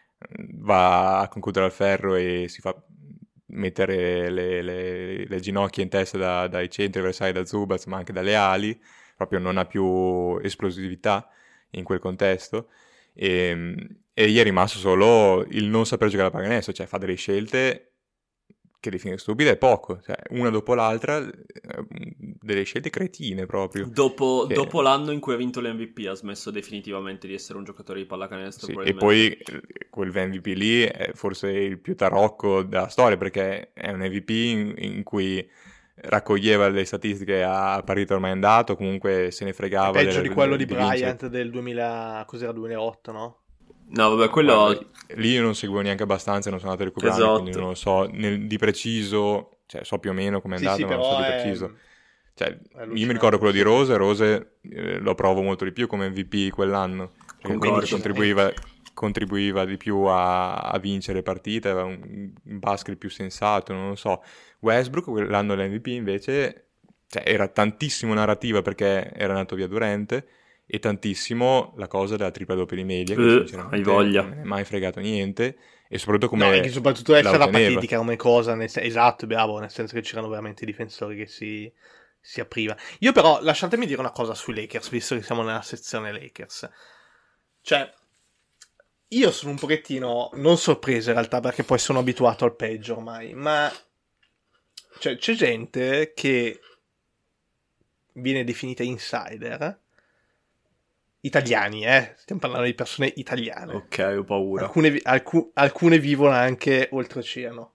va a concludere al ferro e si fa mettere le, le- le ginocchia in testa da- dai centri avversari, da Zubac, ma anche dalle ali, proprio non ha più esplosività in quel contesto. E, e gli è rimasto solo il non saper giocare a pallacanestro, cioè fa delle scelte che definire stupide è poco, cioè una dopo l'altra, eh, delle scelte cretine proprio. Dopo, Che- dopo l'anno in cui ha vinto l'M V P ha smesso definitivamente di essere un giocatore di pallacanestro. Sì, e probabilmente. poi eh, quel M V P lì è forse il più tarocco della storia perché è un M V P in, in cui raccoglieva le statistiche a partita ormai andato, comunque se ne fregava. Peggio del- di quello di vincere. Bryant del duemila, cos'era, duemilaotto, no? No, vabbè, quello... Guarda, lì io non seguo neanche abbastanza, non sono andato a recuperare, Esatto. quindi non lo so nel- di preciso, cioè so più o meno com'è Sì, andato, sì, ma non so però di è... preciso. Cioè, io allucinante, mi ricordo quello sì. di Rose, Rose eh, lo provo molto di più come M V P quell'anno, perché Concordo. quindi contribuiva, contribuiva di più a, a vincere partite, aveva un, un basket più sensato, non lo so. Westbrook quell'anno dell'M V P invece, cioè, era tantissimo narrativa perché era nato via Durant e tantissimo la cosa della tripla doppia di media, che Eh, sinceramente hai voglia. non me ne è mai fregato niente, e soprattutto come No, e che soprattutto essere la la otteneva. patetica come cosa, nel sen- esatto, bravo, nel senso che c'erano veramente i difensori che si, si apriva. Io però, lasciatemi dire una cosa sui Lakers, visto che siamo nella sezione Lakers. Cioè, io sono un pochettino, non sorpreso in realtà, perché poi sono abituato al peggio ormai, ma cioè, c'è gente che viene definita insider, italiani, eh, stiamo parlando di persone italiane. Ok, ho paura. Alcune, vi- alcu- alcune vivono anche oltreoceano.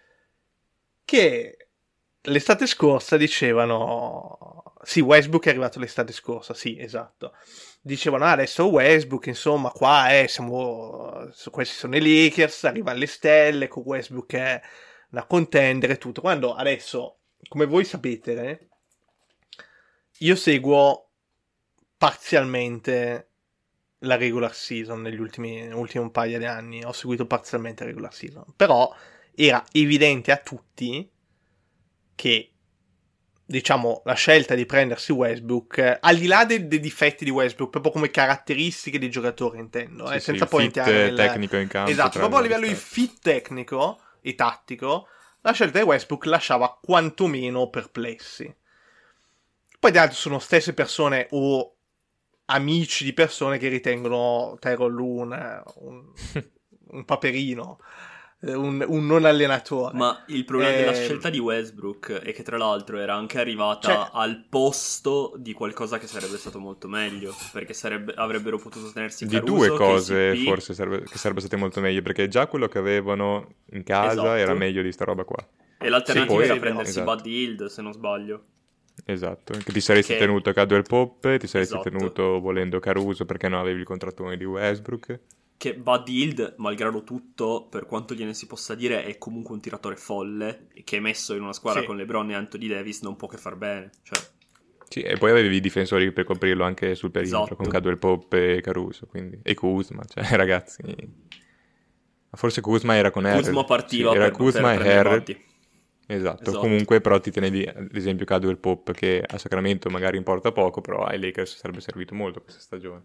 Che l'estate scorsa dicevano... Sì, Westbrook è arrivato l'estate scorsa, sì, esatto. Dicevano, ah, adesso Westbrook, insomma, qua eh, siamo... questi sono i Lakers, arrivano le stelle, con Westbrook è una contender e tutto. Quando adesso, come voi sapete, eh, io seguo parzialmente la regular season negli ultimi, ultimi un paio di anni. Ho seguito parzialmente la regular season. Però era evidente a tutti che, diciamo, la scelta di prendersi Westbrook, al di là dei, dei difetti di Westbrook, proprio come caratteristiche di giocatore, intendo, Sì, eh, sì, senza il poi fit entrare nel... tecnico in campo. Esatto, tra proprio a le livello di star. fit tecnico e tattico, la scelta di Westbrook lasciava quantomeno perplessi. Poi di altro sono stesse persone o amici di persone che ritengono Tyrone Lue un, un, un paperino, un, un non allenatore. Ma il problema Eh, della scelta di Westbrook è che tra l'altro era anche arrivata Cioè- al posto di qualcosa che sarebbe stato molto meglio, perché sarebbe- avrebbero potuto tenersi Di Caruso, due cose K C P. forse sarebbe, che sarebbe state molto meglio, perché già quello che avevano in casa Esatto. era meglio di sta roba qua. E l'alternativa Sì, poi- era prendersi esatto. Buddy Hield, se non sbaglio. Esatto, che ti saresti Che- tenuto Caldwell Pope, ti saresti Esatto. tenuto volendo Caruso perché non avevi il contrattone di Westbrook. Che Buddy Hield, malgrado tutto, per quanto gliene si possa dire, è comunque un tiratore folle, e che messo in una squadra Sì. con LeBron e Anthony Davis non può che far bene. Cioè, Sì, e poi avevi i difensori per coprirlo anche sul perimetro, Esatto. con Caldwell Pope e Caruso, quindi... e Kuzma, cioè ragazzi... Ma forse Kuzma era con Harrell. Kuzma partiva Sì, era per, Kuzma per e prendere Harrell. Buddy. Esatto. Esatto. Comunque però ti tenevi ad esempio Caldwell Pope, che a Sacramento magari importa poco, però ai Lakers sarebbe servito molto questa stagione.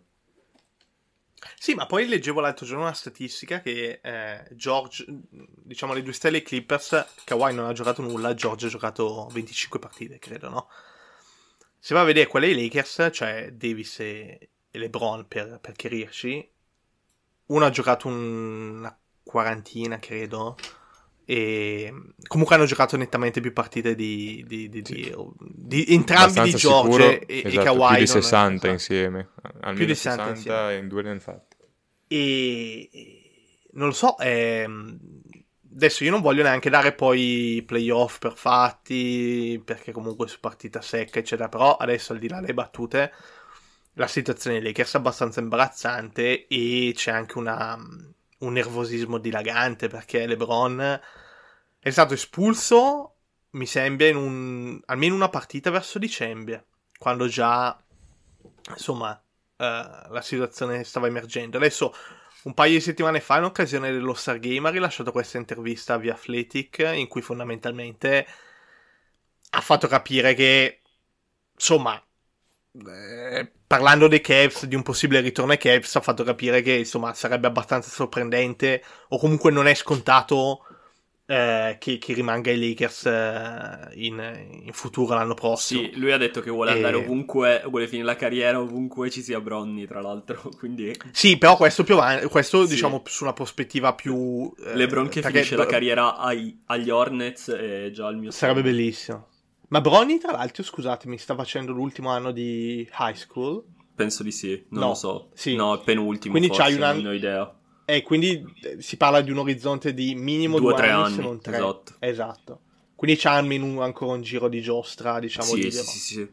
Sì, ma poi leggevo l'altro giorno una statistica che eh, George, diciamo le due stelle Clippers, Kawhi non ha giocato nulla, George ha giocato venticinque partite, credo, no? Se va a vedere quelle dei Lakers, cioè Davis e, e LeBron per, per chiarirci, uno ha giocato un- una quarantina, credo, e comunque hanno giocato nettamente più partite di, di, di, di- di entrambi di Abbastanza George sicuro, e, e esatto, Kawhi. più di non- sessanta esatto. insieme, almeno Più di sessanta sessanta insieme. e in due ne hanno fatti. E non lo so, ehm, adesso io non voglio neanche dare poi playoff per fatti, perché comunque su partita secca eccetera, però adesso al di là delle battute la situazione dei Lakers è abbastanza imbarazzante e c'è anche una, un nervosismo dilagante, perché LeBron è stato espulso, mi sembra, in un, almeno una partita verso dicembre, quando già insomma eh, la situazione stava emergendo. Adesso, un paio di settimane fa, in occasione dello Star Game, ha rilasciato questa intervista a The Athletic, in cui fondamentalmente ha fatto capire che, insomma, eh, parlando dei Cavs, di un possibile ritorno ai Cavs, ha fatto capire che, insomma, sarebbe abbastanza sorprendente, o comunque non è scontato eh, che, che rimanga ai Lakers eh, in, in futuro l'anno prossimo. Sì, lui ha detto che vuole E- andare ovunque, vuole finire la carriera ovunque ci sia Bronny, tra l'altro, quindi Sì, però questo più avanti, questo Sì. diciamo su una prospettiva più... eh, LeBron che perché finisce la Bro- carriera ai- agli Hornets è già il mio Sarebbe sogno. bellissimo. Ma Bronny, tra l'altro, scusatemi, sta facendo l'ultimo anno di high school. Penso di sì, non No, lo so. sì. No, è penultimo Quindi forse, c'hai un anno- non ne ho idea. E quindi eh, si parla di un orizzonte di minimo Due due, o tre anni, anni, se non tre. esatto. Esatto. Quindi c'ha almeno un- ancora un giro di giostra, diciamo, Sì, libero. sì, sì, sì.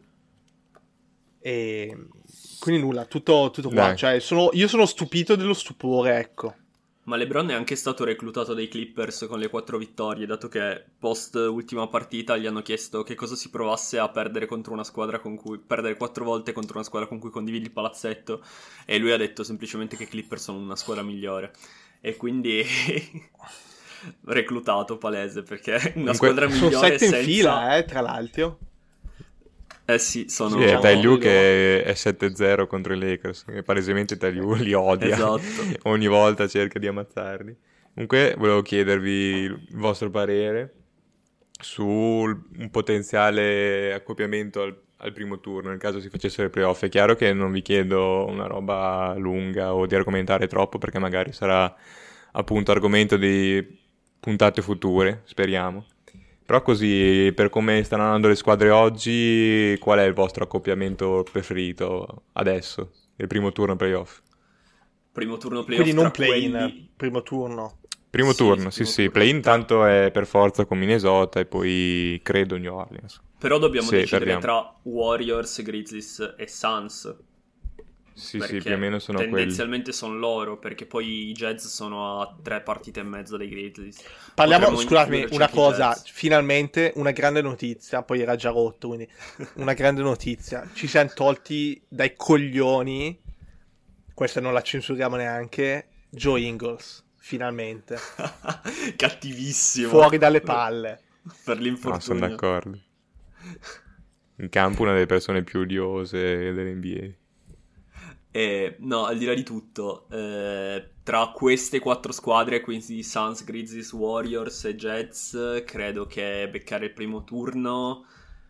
E quindi nulla, tutto, tutto qua. Dai. Cioè, sono- io sono stupito dello stupore, ecco. Ma LeBron è anche stato reclutato dai Clippers con le quattro vittorie, dato che post ultima partita gli hanno chiesto che cosa si provasse a perdere contro una squadra con cui perdere quattro volte contro una squadra con cui condividi il palazzetto, e lui ha detto semplicemente che i Clippers sono una squadra migliore. E quindi reclutato palese, perché una Comunque, squadra Sono migliore sette in senza... fila, eh, tra l'altro. Eh sì, sono... Sì, è diciamo, Ty Lue vedo- che è sette zero contro i Lakers, che palesemente Ty Lue li odia, Esatto. ogni volta cerca di ammazzarli. Comunque volevo chiedervi il vostro parere su un potenziale accoppiamento al, al primo turno, nel caso si facessero i playoff. È chiaro che non vi chiedo una roba lunga o di argomentare troppo, perché magari sarà appunto argomento di puntate future, speriamo. Però così, per come stanno andando le squadre oggi, qual è il vostro accoppiamento preferito adesso, il primo turno playoff? Primo turno playoff Quindi non tra play-in, quelli... primo turno. Primo Sì, turno, sì primo sì, turno. play-in tanto è per forza con Minnesota e poi credo New Orleans. Però dobbiamo Sì, decidere perdiamo. tra Warriors, Grizzlies e Suns. Sì, Perché sì, più o meno sono quelli. tendenzialmente sono loro, perché poi i Jazz sono a tre partite e mezzo dai Grizzlies. Parliamo, Potremmo scusami, includerci una anche i cosa, Jazz. finalmente una grande notizia, poi era già rotto, quindi una grande notizia. Ci siamo tolti dai coglioni, questa non la censuriamo neanche, Joe Ingles, finalmente. Cattivissimo. Fuori dalle palle. Per No, l'infortunio. sono d'accordo. In campo una delle persone più odiose dell'N B A. E, no, al di là di tutto, eh, tra queste quattro squadre, quindi Suns, Grizzlies, Warriors e Jets, credo che beccare il primo turno...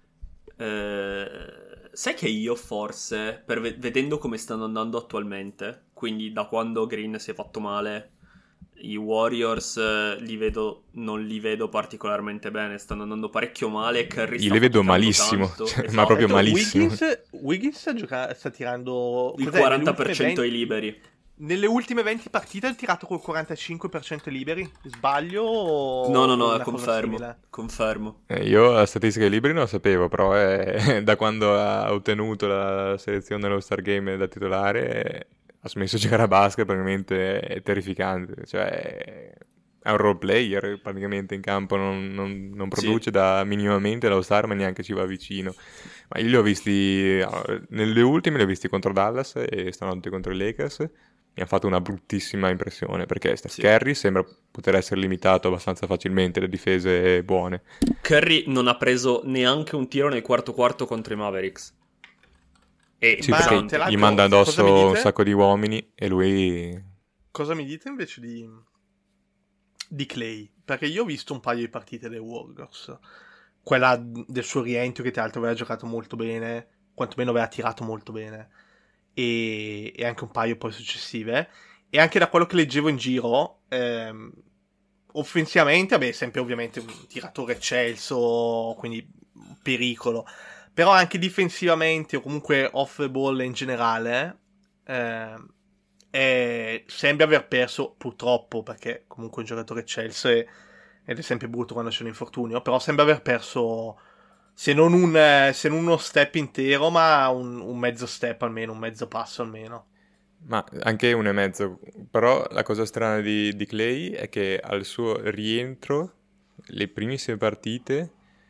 eh, sai che io forse, per ve- vedendo come stanno andando attualmente, quindi da quando Green si è fatto male, i Warriors eh, li vedo, non li vedo particolarmente bene, stanno andando parecchio male. Curry Io sta li vedo faticando malissimo, tanto, cioè, ma esatto. proprio malissimo. Wiggins, Wiggins sta, gioca- sta tirando Il cos'è, quaranta nelle per ultime cento ai venti liberi. Nelle ultime venti partite ha tirato col quarantacinque per cento liberi. Sbaglio? O No, no, no, una cosa confermo, simile? confermo. Eh, io la statistica dei libri non la sapevo, però è- da quando ha ottenuto la selezione dello Star Game da titolare eh, ha smesso di giocare a basket, praticamente è terrificante. Cioè è un role player praticamente in campo, non, non- non produce Sì. da minimamente dallo Star, ma neanche ci va vicino. Ma io li ho visti, allora, nelle ultime li ho visti contro Dallas e stanotte contro i Lakers. Mi ha fatto una bruttissima impressione perché Steph Sì. Curry sembra poter essere limitato abbastanza facilmente da difese buone. Curry non ha preso neanche un tiro nel quarto quarto contro i Mavericks. E Sì, Ma perché tra l'altro, gli manda cosa addosso mi dite? un sacco di uomini e lui... Cosa mi dite invece di, di Clay? Perché io ho visto un paio di partite dei Warriors. Quella del suo rientro che tra l'altro aveva giocato molto bene, quantomeno aveva tirato molto bene. E, e anche un paio poi successive. E anche da quello che leggevo in giro, ehm, offensivamente, vabbè, sempre ovviamente un tiratore eccelso, quindi un pericolo. Però anche difensivamente o comunque off the ball in generale, ehm, eh, sembra aver perso, purtroppo, perché comunque è un giocatore eccelso e, ed è sempre brutto quando c'è un infortunio, però sembra aver perso, se non, un, eh, se non uno step intero, ma un, un mezzo step almeno, un mezzo passo almeno. Ma anche uno e mezzo. Però la cosa strana di, di Clay è che al suo rientro, le primissime partite,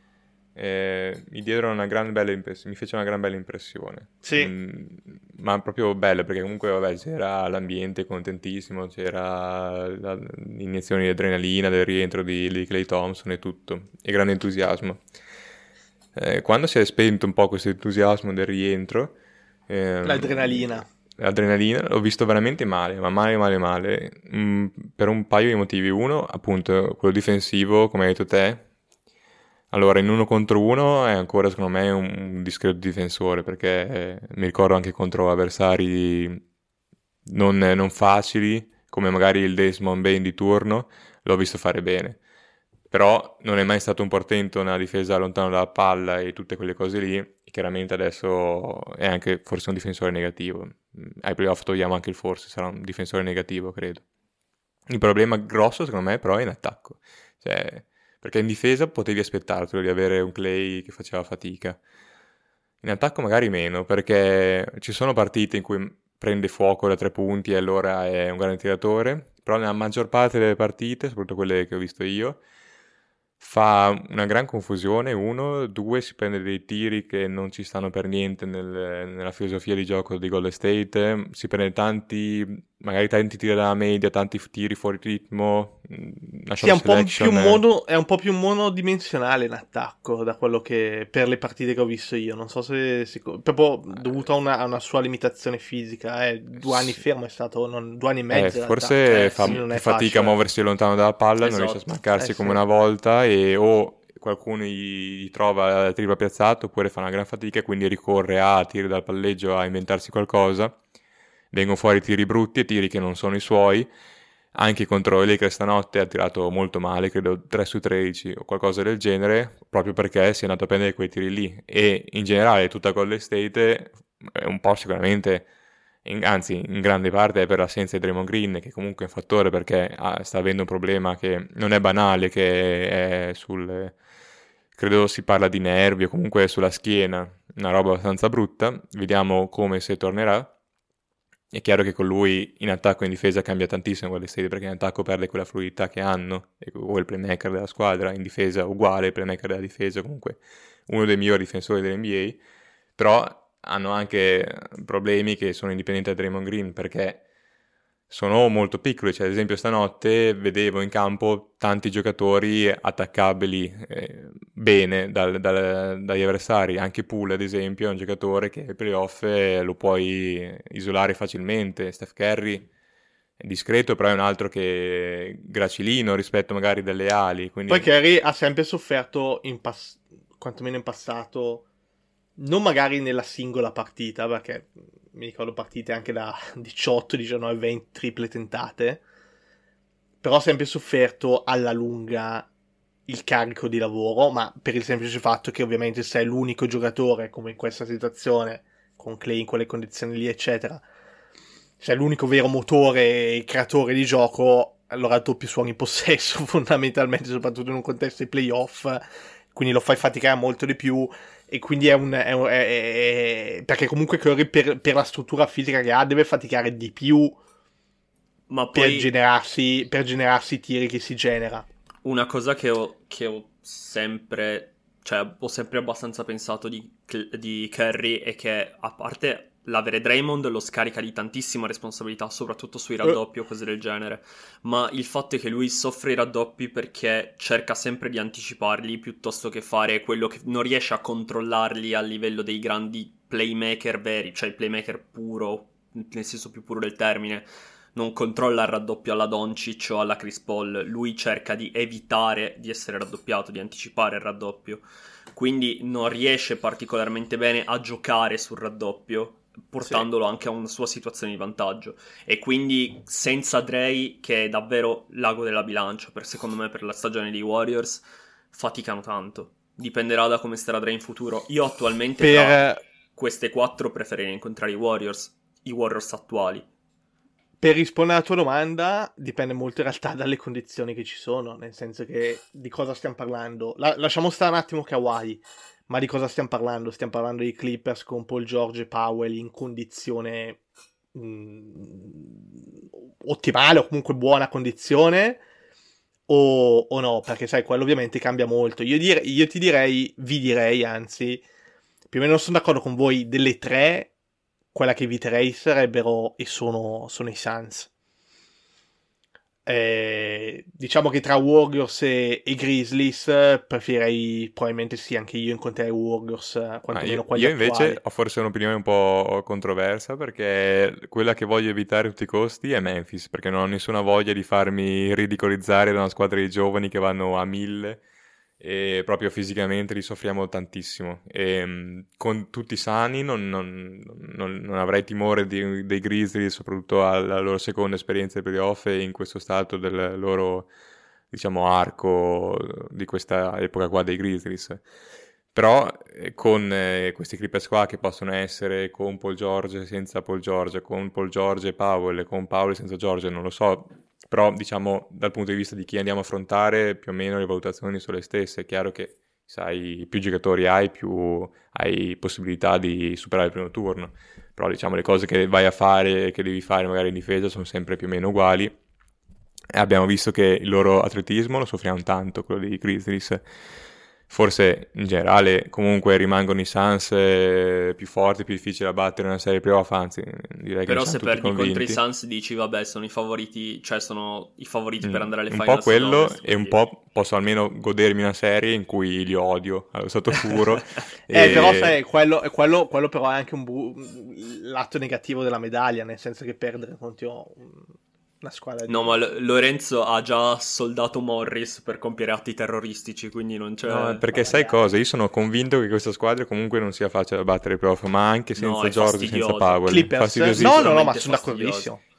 eh, mi diedero una gran bella impressione, mi fece una gran bella impressione. Sì. Mm, ma proprio bella, perché comunque vabbè, c'era l'ambiente contentissimo, c'era la- l'iniezione di adrenalina del rientro di, di Klay Thompson e tutto, e grande entusiasmo. Eh, quando si è spento un po' questo entusiasmo del rientro, ehm, L'adrenalina. l'adrenalina l'ho visto veramente male, ma male male male, mm, per un paio di motivi. Uno, appunto, quello difensivo, come hai detto te. Allora, in uno contro uno è ancora, secondo me, un, un discreto difensore, perché eh, mi ricordo anche contro avversari non, non facili, come magari il Desmond Bain di turno, l'ho visto fare bene. Però non è mai stato un portento nella difesa lontano dalla palla e tutte quelle cose lì, e chiaramente adesso è anche forse un difensore negativo. Ai playoff togliamo anche il forse, sarà un difensore negativo, credo. Il problema grosso, secondo me, però, è in attacco. Cioè, perché in difesa potevi aspettartelo di avere un Clay che faceva fatica. In attacco magari meno, perché ci sono partite in cui prende fuoco da tre punti e allora è un grande tiratore, però nella maggior parte delle partite, soprattutto quelle che ho visto io, fa una gran confusione, uno, due, si prende dei tiri che non ci stanno per niente nel- nella filosofia di gioco di Golden State, si prende tanti, magari tanti tiri dalla media, tanti f- tiri fuori ritmo, mh, una Sì, è un shot po' selection, più eh. mono, è un po' più monodimensionale in attacco da quello che per le partite che ho visto io. Non so se, se proprio dovuto a una, a una sua limitazione fisica. Eh, due anni Sì. fermo è stato non, due anni e Eh, mezzo. in forse realtà. Eh, fa sì, non più è fatica facile. a muoversi lontano dalla palla, non riesce a Esatto. smaccarsi Eh, come sì. una volta e o qualcuno gli, gli trova il triplo piazzato oppure fa una gran fatica e quindi ricorre a tiri dal palleggio a inventarsi qualcosa. Vengono fuori tiri brutti e tiri che non sono i suoi. Anche contro i Lakers stanotte ha tirato molto male, credo tre su tredici o qualcosa del genere, proprio perché si è andato a prendere quei tiri lì. E in generale tutta Golden State è un po' sicuramente, in, anzi in grande parte è per l'assenza di Draymond Green, che comunque è un fattore perché ha, sta avendo un problema che non è banale, che è sul, credo si parla di nervi o comunque sulla schiena, una roba abbastanza brutta. Vediamo come se tornerà. È chiaro che con lui in attacco e in difesa cambia tantissimo Golden State, perché in attacco perde quella fluidità che hanno, o il playmaker della squadra, in difesa uguale, il playmaker della difesa, comunque uno dei migliori difensori dell'N B A, però hanno anche problemi che sono indipendenti da Draymond Green, perché sono molto piccoli. Cioè, ad esempio stanotte vedevo in campo tanti giocatori attaccabili eh, bene dal, dal, dagli avversari. Anche Poole, ad esempio, è un giocatore che ai playoff eh, lo puoi isolare facilmente. Steph Curry è discreto, però è un altro che è gracilino rispetto magari delle ali. Quindi... Poi Curry ha sempre sofferto, in pass- quantomeno in passato, non magari nella singola partita, perché mi ricordo partite anche da diciotto, diciannove, venti triple tentate, però ha sempre sofferto alla lunga il carico di lavoro, ma per il semplice fatto che ovviamente sei l'unico giocatore, come in questa situazione, con Clay in quelle condizioni lì, eccetera, sei l'unico vero motore e creatore di gioco, allora il doppio suoni in possesso fondamentalmente, soprattutto in un contesto di playoff, quindi lo fai faticare molto di più. E quindi è un... È un è, è, perché comunque Curry per, per la struttura fisica che ha deve faticare di più ma poi per generarsi per generarsi i tiri che si genera. Una cosa che ho, che ho sempre... Cioè, ho sempre abbastanza pensato di, di Curry è che, a parte l'avere Draymond, lo scarica di tantissima responsabilità, soprattutto sui raddoppi o cose del genere, ma il fatto è che lui soffre i raddoppi perché cerca sempre di anticiparli piuttosto che fare quello che non riesce a controllarli a livello dei grandi playmaker veri, cioè il playmaker puro, nel senso più puro del termine. Non controlla il raddoppio alla Doncic o alla Chris Paul, lui cerca di evitare di essere raddoppiato, di anticipare il raddoppio, quindi non riesce particolarmente bene a giocare sul raddoppio, portandolo sì. anche a una sua situazione di vantaggio, e quindi senza Dre, che è davvero l'ago della bilancia per secondo me per la stagione dei Warriors, faticano tanto. Dipenderà da come starà Dre in futuro. Io attualmente per... tra queste quattro preferirei incontrare i Warriors, i Warriors attuali. Per rispondere alla tua domanda, dipende molto in realtà dalle condizioni che ci sono, nel senso che di cosa stiamo parlando. La- lasciamo stare un attimo Kawhi, ma di cosa stiamo parlando? Stiamo parlando di Clippers con Paul George e Powell in condizione mh, ottimale o comunque buona condizione o, o no? Perché sai, quello ovviamente cambia molto. Io, dire- io ti direi, vi direi anzi, più o meno sono d'accordo con voi, delle tre quella che eviterei sarebbero e sono, sono i Suns. Eh, diciamo che tra Warriors e, e Grizzlies preferirei, probabilmente sì, anche io incontrerei Warriors, quantomeno ah, quelli io attuali. Invece ho forse un'opinione un po' controversa, perché quella che voglio evitare a tutti i costi è Memphis, perché non ho nessuna voglia di farmi ridicolizzare da una squadra di giovani che vanno a mille e proprio fisicamente li soffriamo tantissimo, e mh, con tutti sani non, non, non, non avrei timore di, dei Grizzlies, soprattutto alla loro seconda esperienza di playoff e in questo stato del loro, diciamo, arco di questa epoca qua dei Grizzlies. Però eh, con eh, questi Clippers qua che possono essere con Paul George senza Paul George, con Paul George e Powell, con Powell senza George, non lo so. Però diciamo dal punto di vista di chi andiamo a affrontare più o meno le valutazioni sono le stesse. È chiaro che sai, più giocatori hai, più hai possibilità di superare il primo turno, però diciamo le cose che vai a fare, che devi fare magari in difesa sono sempre più o meno uguali, e abbiamo visto che il loro atletismo lo soffriamo tanto, quello dei Grizzlies. Forse in generale comunque rimangono i Suns eh, più forti, più difficili da battere in una serie playoff, anzi direi però che se perdi convinti. contro i Suns dici vabbè sono i favoriti, cioè sono i favoriti mm, per andare alle un finals. Un po' quello Ovest, e un po' posso almeno godermi una serie in cui li odio allo stato puro. eh, e... però sai, quello, quello, quello però è anche un bu- lato negativo della medaglia, nel senso che perdere contro una squadra di... No, ma L- Lorenzo ha già soldato Morris per compiere atti terroristici, quindi non c'è... No, perché oh, sai cosa? Io sono convinto che questa squadra comunque non sia facile da battere ai playoff, ma anche senza no, George, senza Powell. Clippers? No, no, no, ma sono d'accordissimo.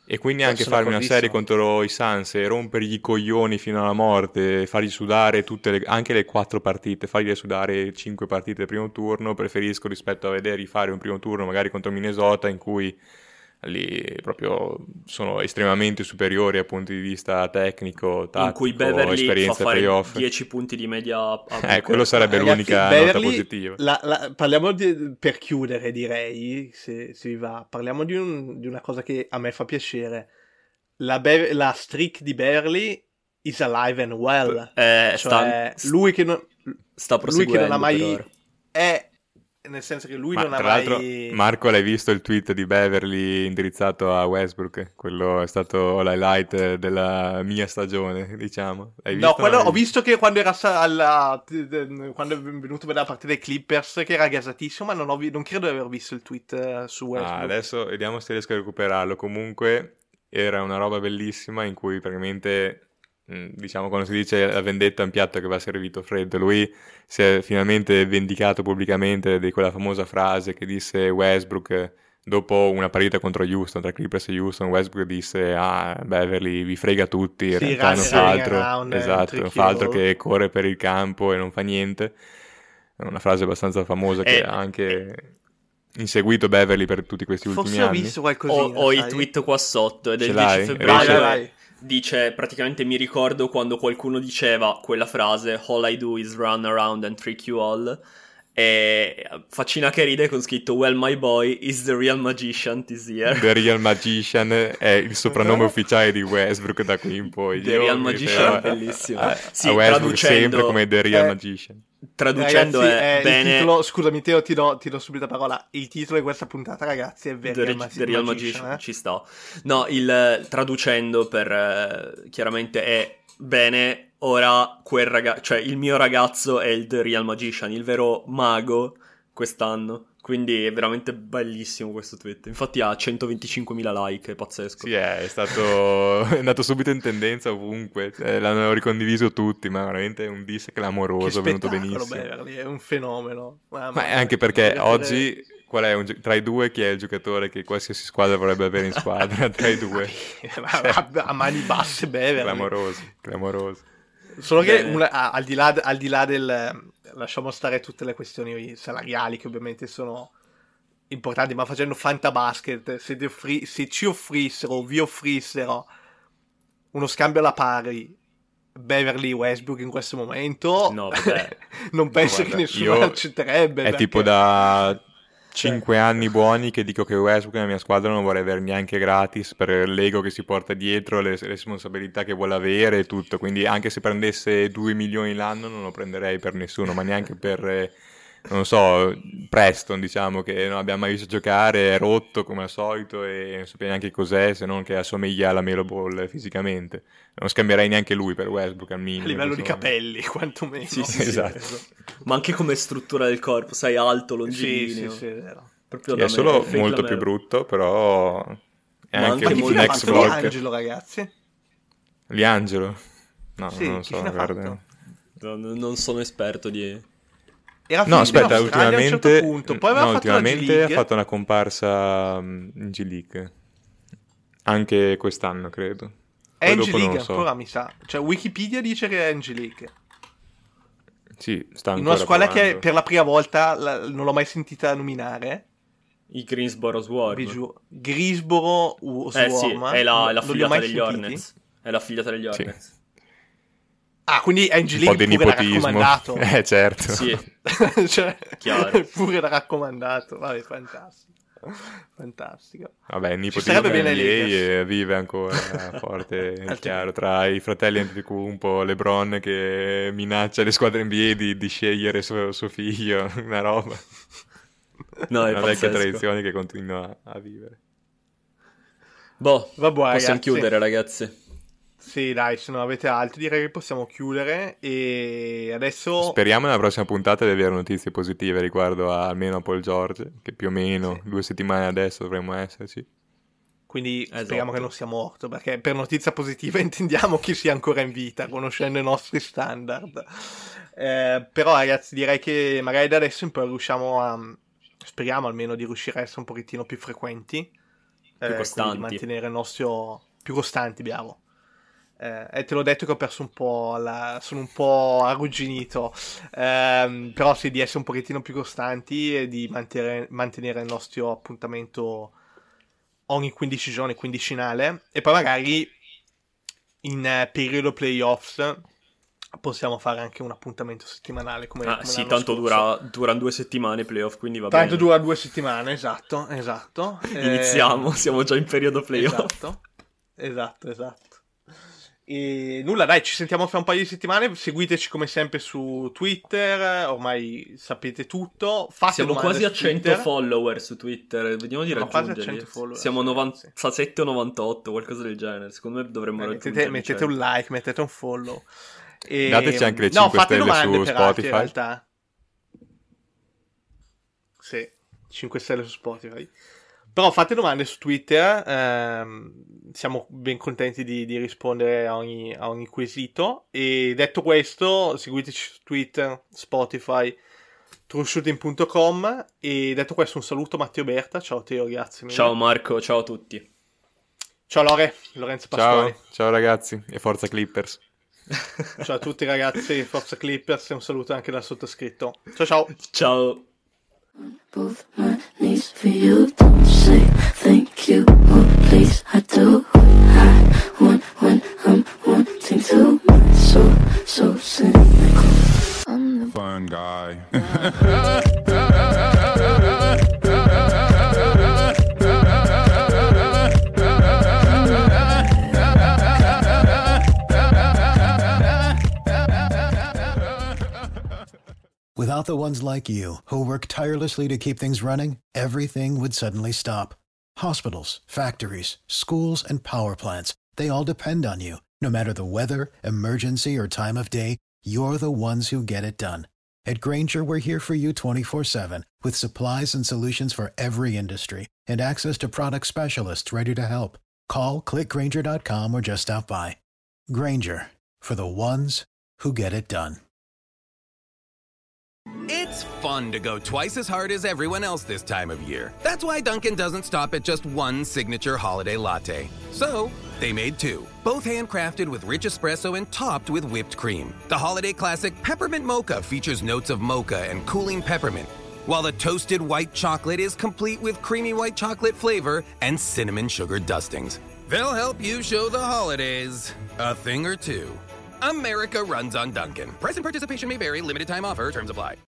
E quindi anche Sono farmi una serie d'accordissimo. contro i Suns e rompergli i coglioni fino alla morte, fargli sudare tutte le, anche le quattro partite, fargli sudare cinque partite del primo turno, preferisco rispetto a vedergli fare un primo turno magari contro Minnesota in cui lì proprio sono estremamente superiori dal punto di vista tecnico, in cui tattico, Beverly fa esperienza fare playoff. dieci punti di media a, a Eh, Booker. quello sarebbe Ragazzi, l'unica Beverly, nota positiva. la- la- parliamo di- per chiudere, direi, se, se vi va, parliamo di, un- di una cosa che a me fa piacere. La, Be- la streak di Beverly is alive and well. Eh, Cioè, sta, lui che non, sta lui che non ha proseguendo per mai... ora. È, nel senso che lui Ma non ha tra l'altro, mai... Marco, l'hai visto il tweet di Beverly indirizzato a Westbrook? Quello è stato l'highlight della mia stagione, diciamo. L'hai No, visto? quello Non ho l'hai visto che quando era sa- alla, quando è venuto per la partita dei Clippers, che era gasatissimo, ma non, ho vi- non credo di aver visto il tweet eh, su Westbrook. Ah, adesso vediamo se riesco a recuperarlo. Comunque era una roba bellissima in cui praticamente, mh, diciamo, quando si dice la vendetta è un piatto che va servito freddo, lui si è finalmente vendicato pubblicamente di quella famosa frase che disse Westbrook dopo una partita contro Houston, tra Clippers e Houston. Westbrook disse: ah, Beverly vi frega tutti, in Sì, realtà non running fa altro, around, eh, esatto, trick non fa altro ball. che corre per il campo e non fa niente. È una frase abbastanza famosa che Eh, ha anche inseguito Beverly per tutti questi ultimi Forse ho anni. visto Ho, qualcosina, ho i sai? tweet qua sotto ed è Ce il l'hai? dieci Vai, febbraio. vai, Riesci- vai. Dice praticamente: mi ricordo quando qualcuno diceva quella frase all I do is run around and trick you all, e faccina che ride con scritto well my boy is the real magician this year. The Real Magician è il soprannome ufficiale di Westbrook da qui in poi. The Io Real mi Magician, riferivo a- bellissimo. a, Sì, a Westbrook traducendo- sempre come The Real eh, Magician. Traducendo Ragazzi, è eh, bene il titolo, scusami Teo, ti do, ti do subito la parola. Il titolo di questa puntata, ragazzi, è The, Very Re- Real The Real Magician, Magician, eh? ci sta. No, il traducendo per eh, chiaramente è bene, ora quel ragazzo, cioè il mio ragazzo è il The Real Magician, il vero mago quest'anno. Quindi è veramente bellissimo questo tweet. Infatti ha centoventicinquemila like, è pazzesco. Sì, è stato è andato subito in tendenza ovunque, eh, l'hanno ricondiviso tutti, ma veramente è un diss Che clamoroso, è venuto spettacolo, benissimo. Beverly, è un fenomeno. Mamma Ma è mia, anche perché vorrei vedere- oggi qual è un gio- tra i due chi è il giocatore che qualsiasi squadra vorrebbe avere in squadra? Tra i due. a, a mani basse Beverly. Clamoroso, clamoroso. Solo che Beh. una- a- al, di là, al di là del... Lasciamo stare tutte le questioni salariali che ovviamente sono importanti, ma facendo fantabasket, se, ti offri- se ci offrissero o vi offrissero uno scambio alla pari Beverly Westbrook in questo momento, No, vabbè. non penso Guarda, che nessuno io- accetterebbe. È perché- tipo da Cioè- cinque anni buoni che dico che Westbrook nella mia squadra non vorrei avere neanche gratis per l'ego che si porta dietro, le le responsabilità che vuole avere e tutto. Quindi anche se prendesse due milioni l'anno non lo prenderei per nessuno, ma neanche per, eh, non so, Preston, diciamo, che non abbiamo mai visto giocare, è rotto come al solito e non sappiamo neanche cos'è, se non che assomiglia alla Melo Ball fisicamente. Non scambierei neanche lui per Westbrook al minimo. a livello di insomma. capelli, quantomeno. Sì, sì, sì. Esatto. Ma anche come struttura del corpo, sai, alto, Sì, longilineo. sì, sì, è vero. Proprio Sì, da è solo me, fake molto la più Melo. brutto, però è Ma anche anche Ma chi un molto fine ha next fatto di vlog. Angelo, ragazzi? Liangelo? No, Sì, non lo chi so, fine ha guarda. fatto? No, no, non sono esperto di... Era No, finito in aspetta, Australia a un certo ultimamente, punto, poi aveva no, fatto la G ultimamente ha League. fatto una comparsa mm, in G League. Anche quest'anno, credo. È Poi in G dopo non League lo so. ancora, mi sa. Cioè, Wikipedia dice che è in G League. Sì, sta In ancora una squadra che provando. per la prima volta la- non l'ho mai sentita nominare. I Greensboro Swarm. Vi giuro. Grisboro o Eh sì, Swarm. è la, non- la non li ho figlia mai degli sentiti. Hornets. È la figlia degli Sì. Hornets. Ah, quindi è in G Un po' League di pure da nepotismo. raccomandato. Eh, certo. Sì, Cioè, Chiaro. pure da raccomandato. Vabbè, fantastico. Fantastico. Vabbè, il Ci nipotismo sarebbe in bene N B A Lakers. e vive ancora forte, è chiaro, tra i fratelli Antetokounmpo, LeBron che minaccia le squadre N B A di, di scegliere suo, suo figlio, una roba. no, è Una vecchia pazzesco. tradizione che continua a vivere. Boh, Vabbè, possiamo ragazzi. chiudere, ragazzi. Sì, dai, se non avete altro direi che possiamo chiudere. E adesso... Speriamo nella prossima puntata di avere notizie positive riguardo a, almeno a Paul George, che più o meno Sì. due settimane adesso dovremmo esserci. Quindi Esatto. speriamo che non sia morto, perché per notizia positiva intendiamo che sia ancora in vita, conoscendo i nostri standard. Eh, però ragazzi, direi che magari da adesso in poi riusciamo a... Speriamo almeno di riuscire a essere un pochettino più frequenti. eh, costanti. mantenere il nostro più costanti, bravo. Eh, e te l'ho detto che ho perso un po' la... sono un po' arrugginito, eh, però sì, di essere un pochettino più costanti e di mantenere, mantenere il nostro appuntamento ogni quindici giorni, quindicinale, e poi magari in eh, periodo playoffs possiamo fare anche un appuntamento settimanale come, ah, come sì, l'anno tanto scorso. dura, durano due settimane playoff, quindi va Tanto bene. dura due settimane, esatto, esatto. Iniziamo, Eh, siamo già in periodo playoff. Esatto, esatto, esatto. E nulla, dai, ci sentiamo fra un paio di settimane. Seguiteci come sempre su Twitter, ormai sapete tutto. Fate Siamo domande quasi a su cento Twitter. follower su Twitter, vediamo di Siamo quasi a raggiungerli. cento follower, Siamo sì, novantasette o novantotto, qualcosa del genere. Secondo me dovremmo Eh, raggiungere. mettete, mettete un like, mettete un follow. E... Dateci anche le no, cinque fate stelle domande su per altri, Spotify. in realtà. Sì, cinque stelle su Spotify. Però fate domande su Twitter, ehm, siamo ben contenti di, di rispondere a ogni, a ogni quesito. E detto questo, seguiteci su Twitter, Spotify, true shooting punto com. E detto questo, un saluto Matteo Berta. Ciao Teo, grazie mille. Ciao Marco, ciao a tutti. Ciao Lore, Lorenzo Pasquali. Ciao, ciao ragazzi e forza Clippers. Ciao a tutti ragazzi, Forza Clippers, e un saluto anche dal sottoscritto. Ciao ciao. Ciao. Both my knees for you, don't say thank you, oh please, I do what I want when I'm wanting to, my soul, so cynical, I'm the fun guy. Without the ones like you, who work tirelessly to keep things running, everything would suddenly stop. Hospitals, factories, schools, and power plants, they all depend on you. No matter the weather, emergency, or time of day, you're the ones who get it done. At Grainger, we're here for you twenty-four seven, with supplies and solutions for every industry, and access to product specialists ready to help. Call, click Grainger dot com, or just stop by. Grainger, for the ones who get it done. It's fun to go twice as hard as everyone else this time of year. That's why Dunkin' doesn't stop at just one signature holiday latte. So, they made two, both handcrafted with rich espresso and topped with whipped cream. The holiday classic Peppermint Mocha features notes of mocha and cooling peppermint, while the toasted white chocolate is complete with creamy white chocolate flavor and cinnamon sugar dustings. They'll help you show the holidays a thing or two. America runs on Dunkin'. Price and participation may vary. Limited time offer. Terms apply.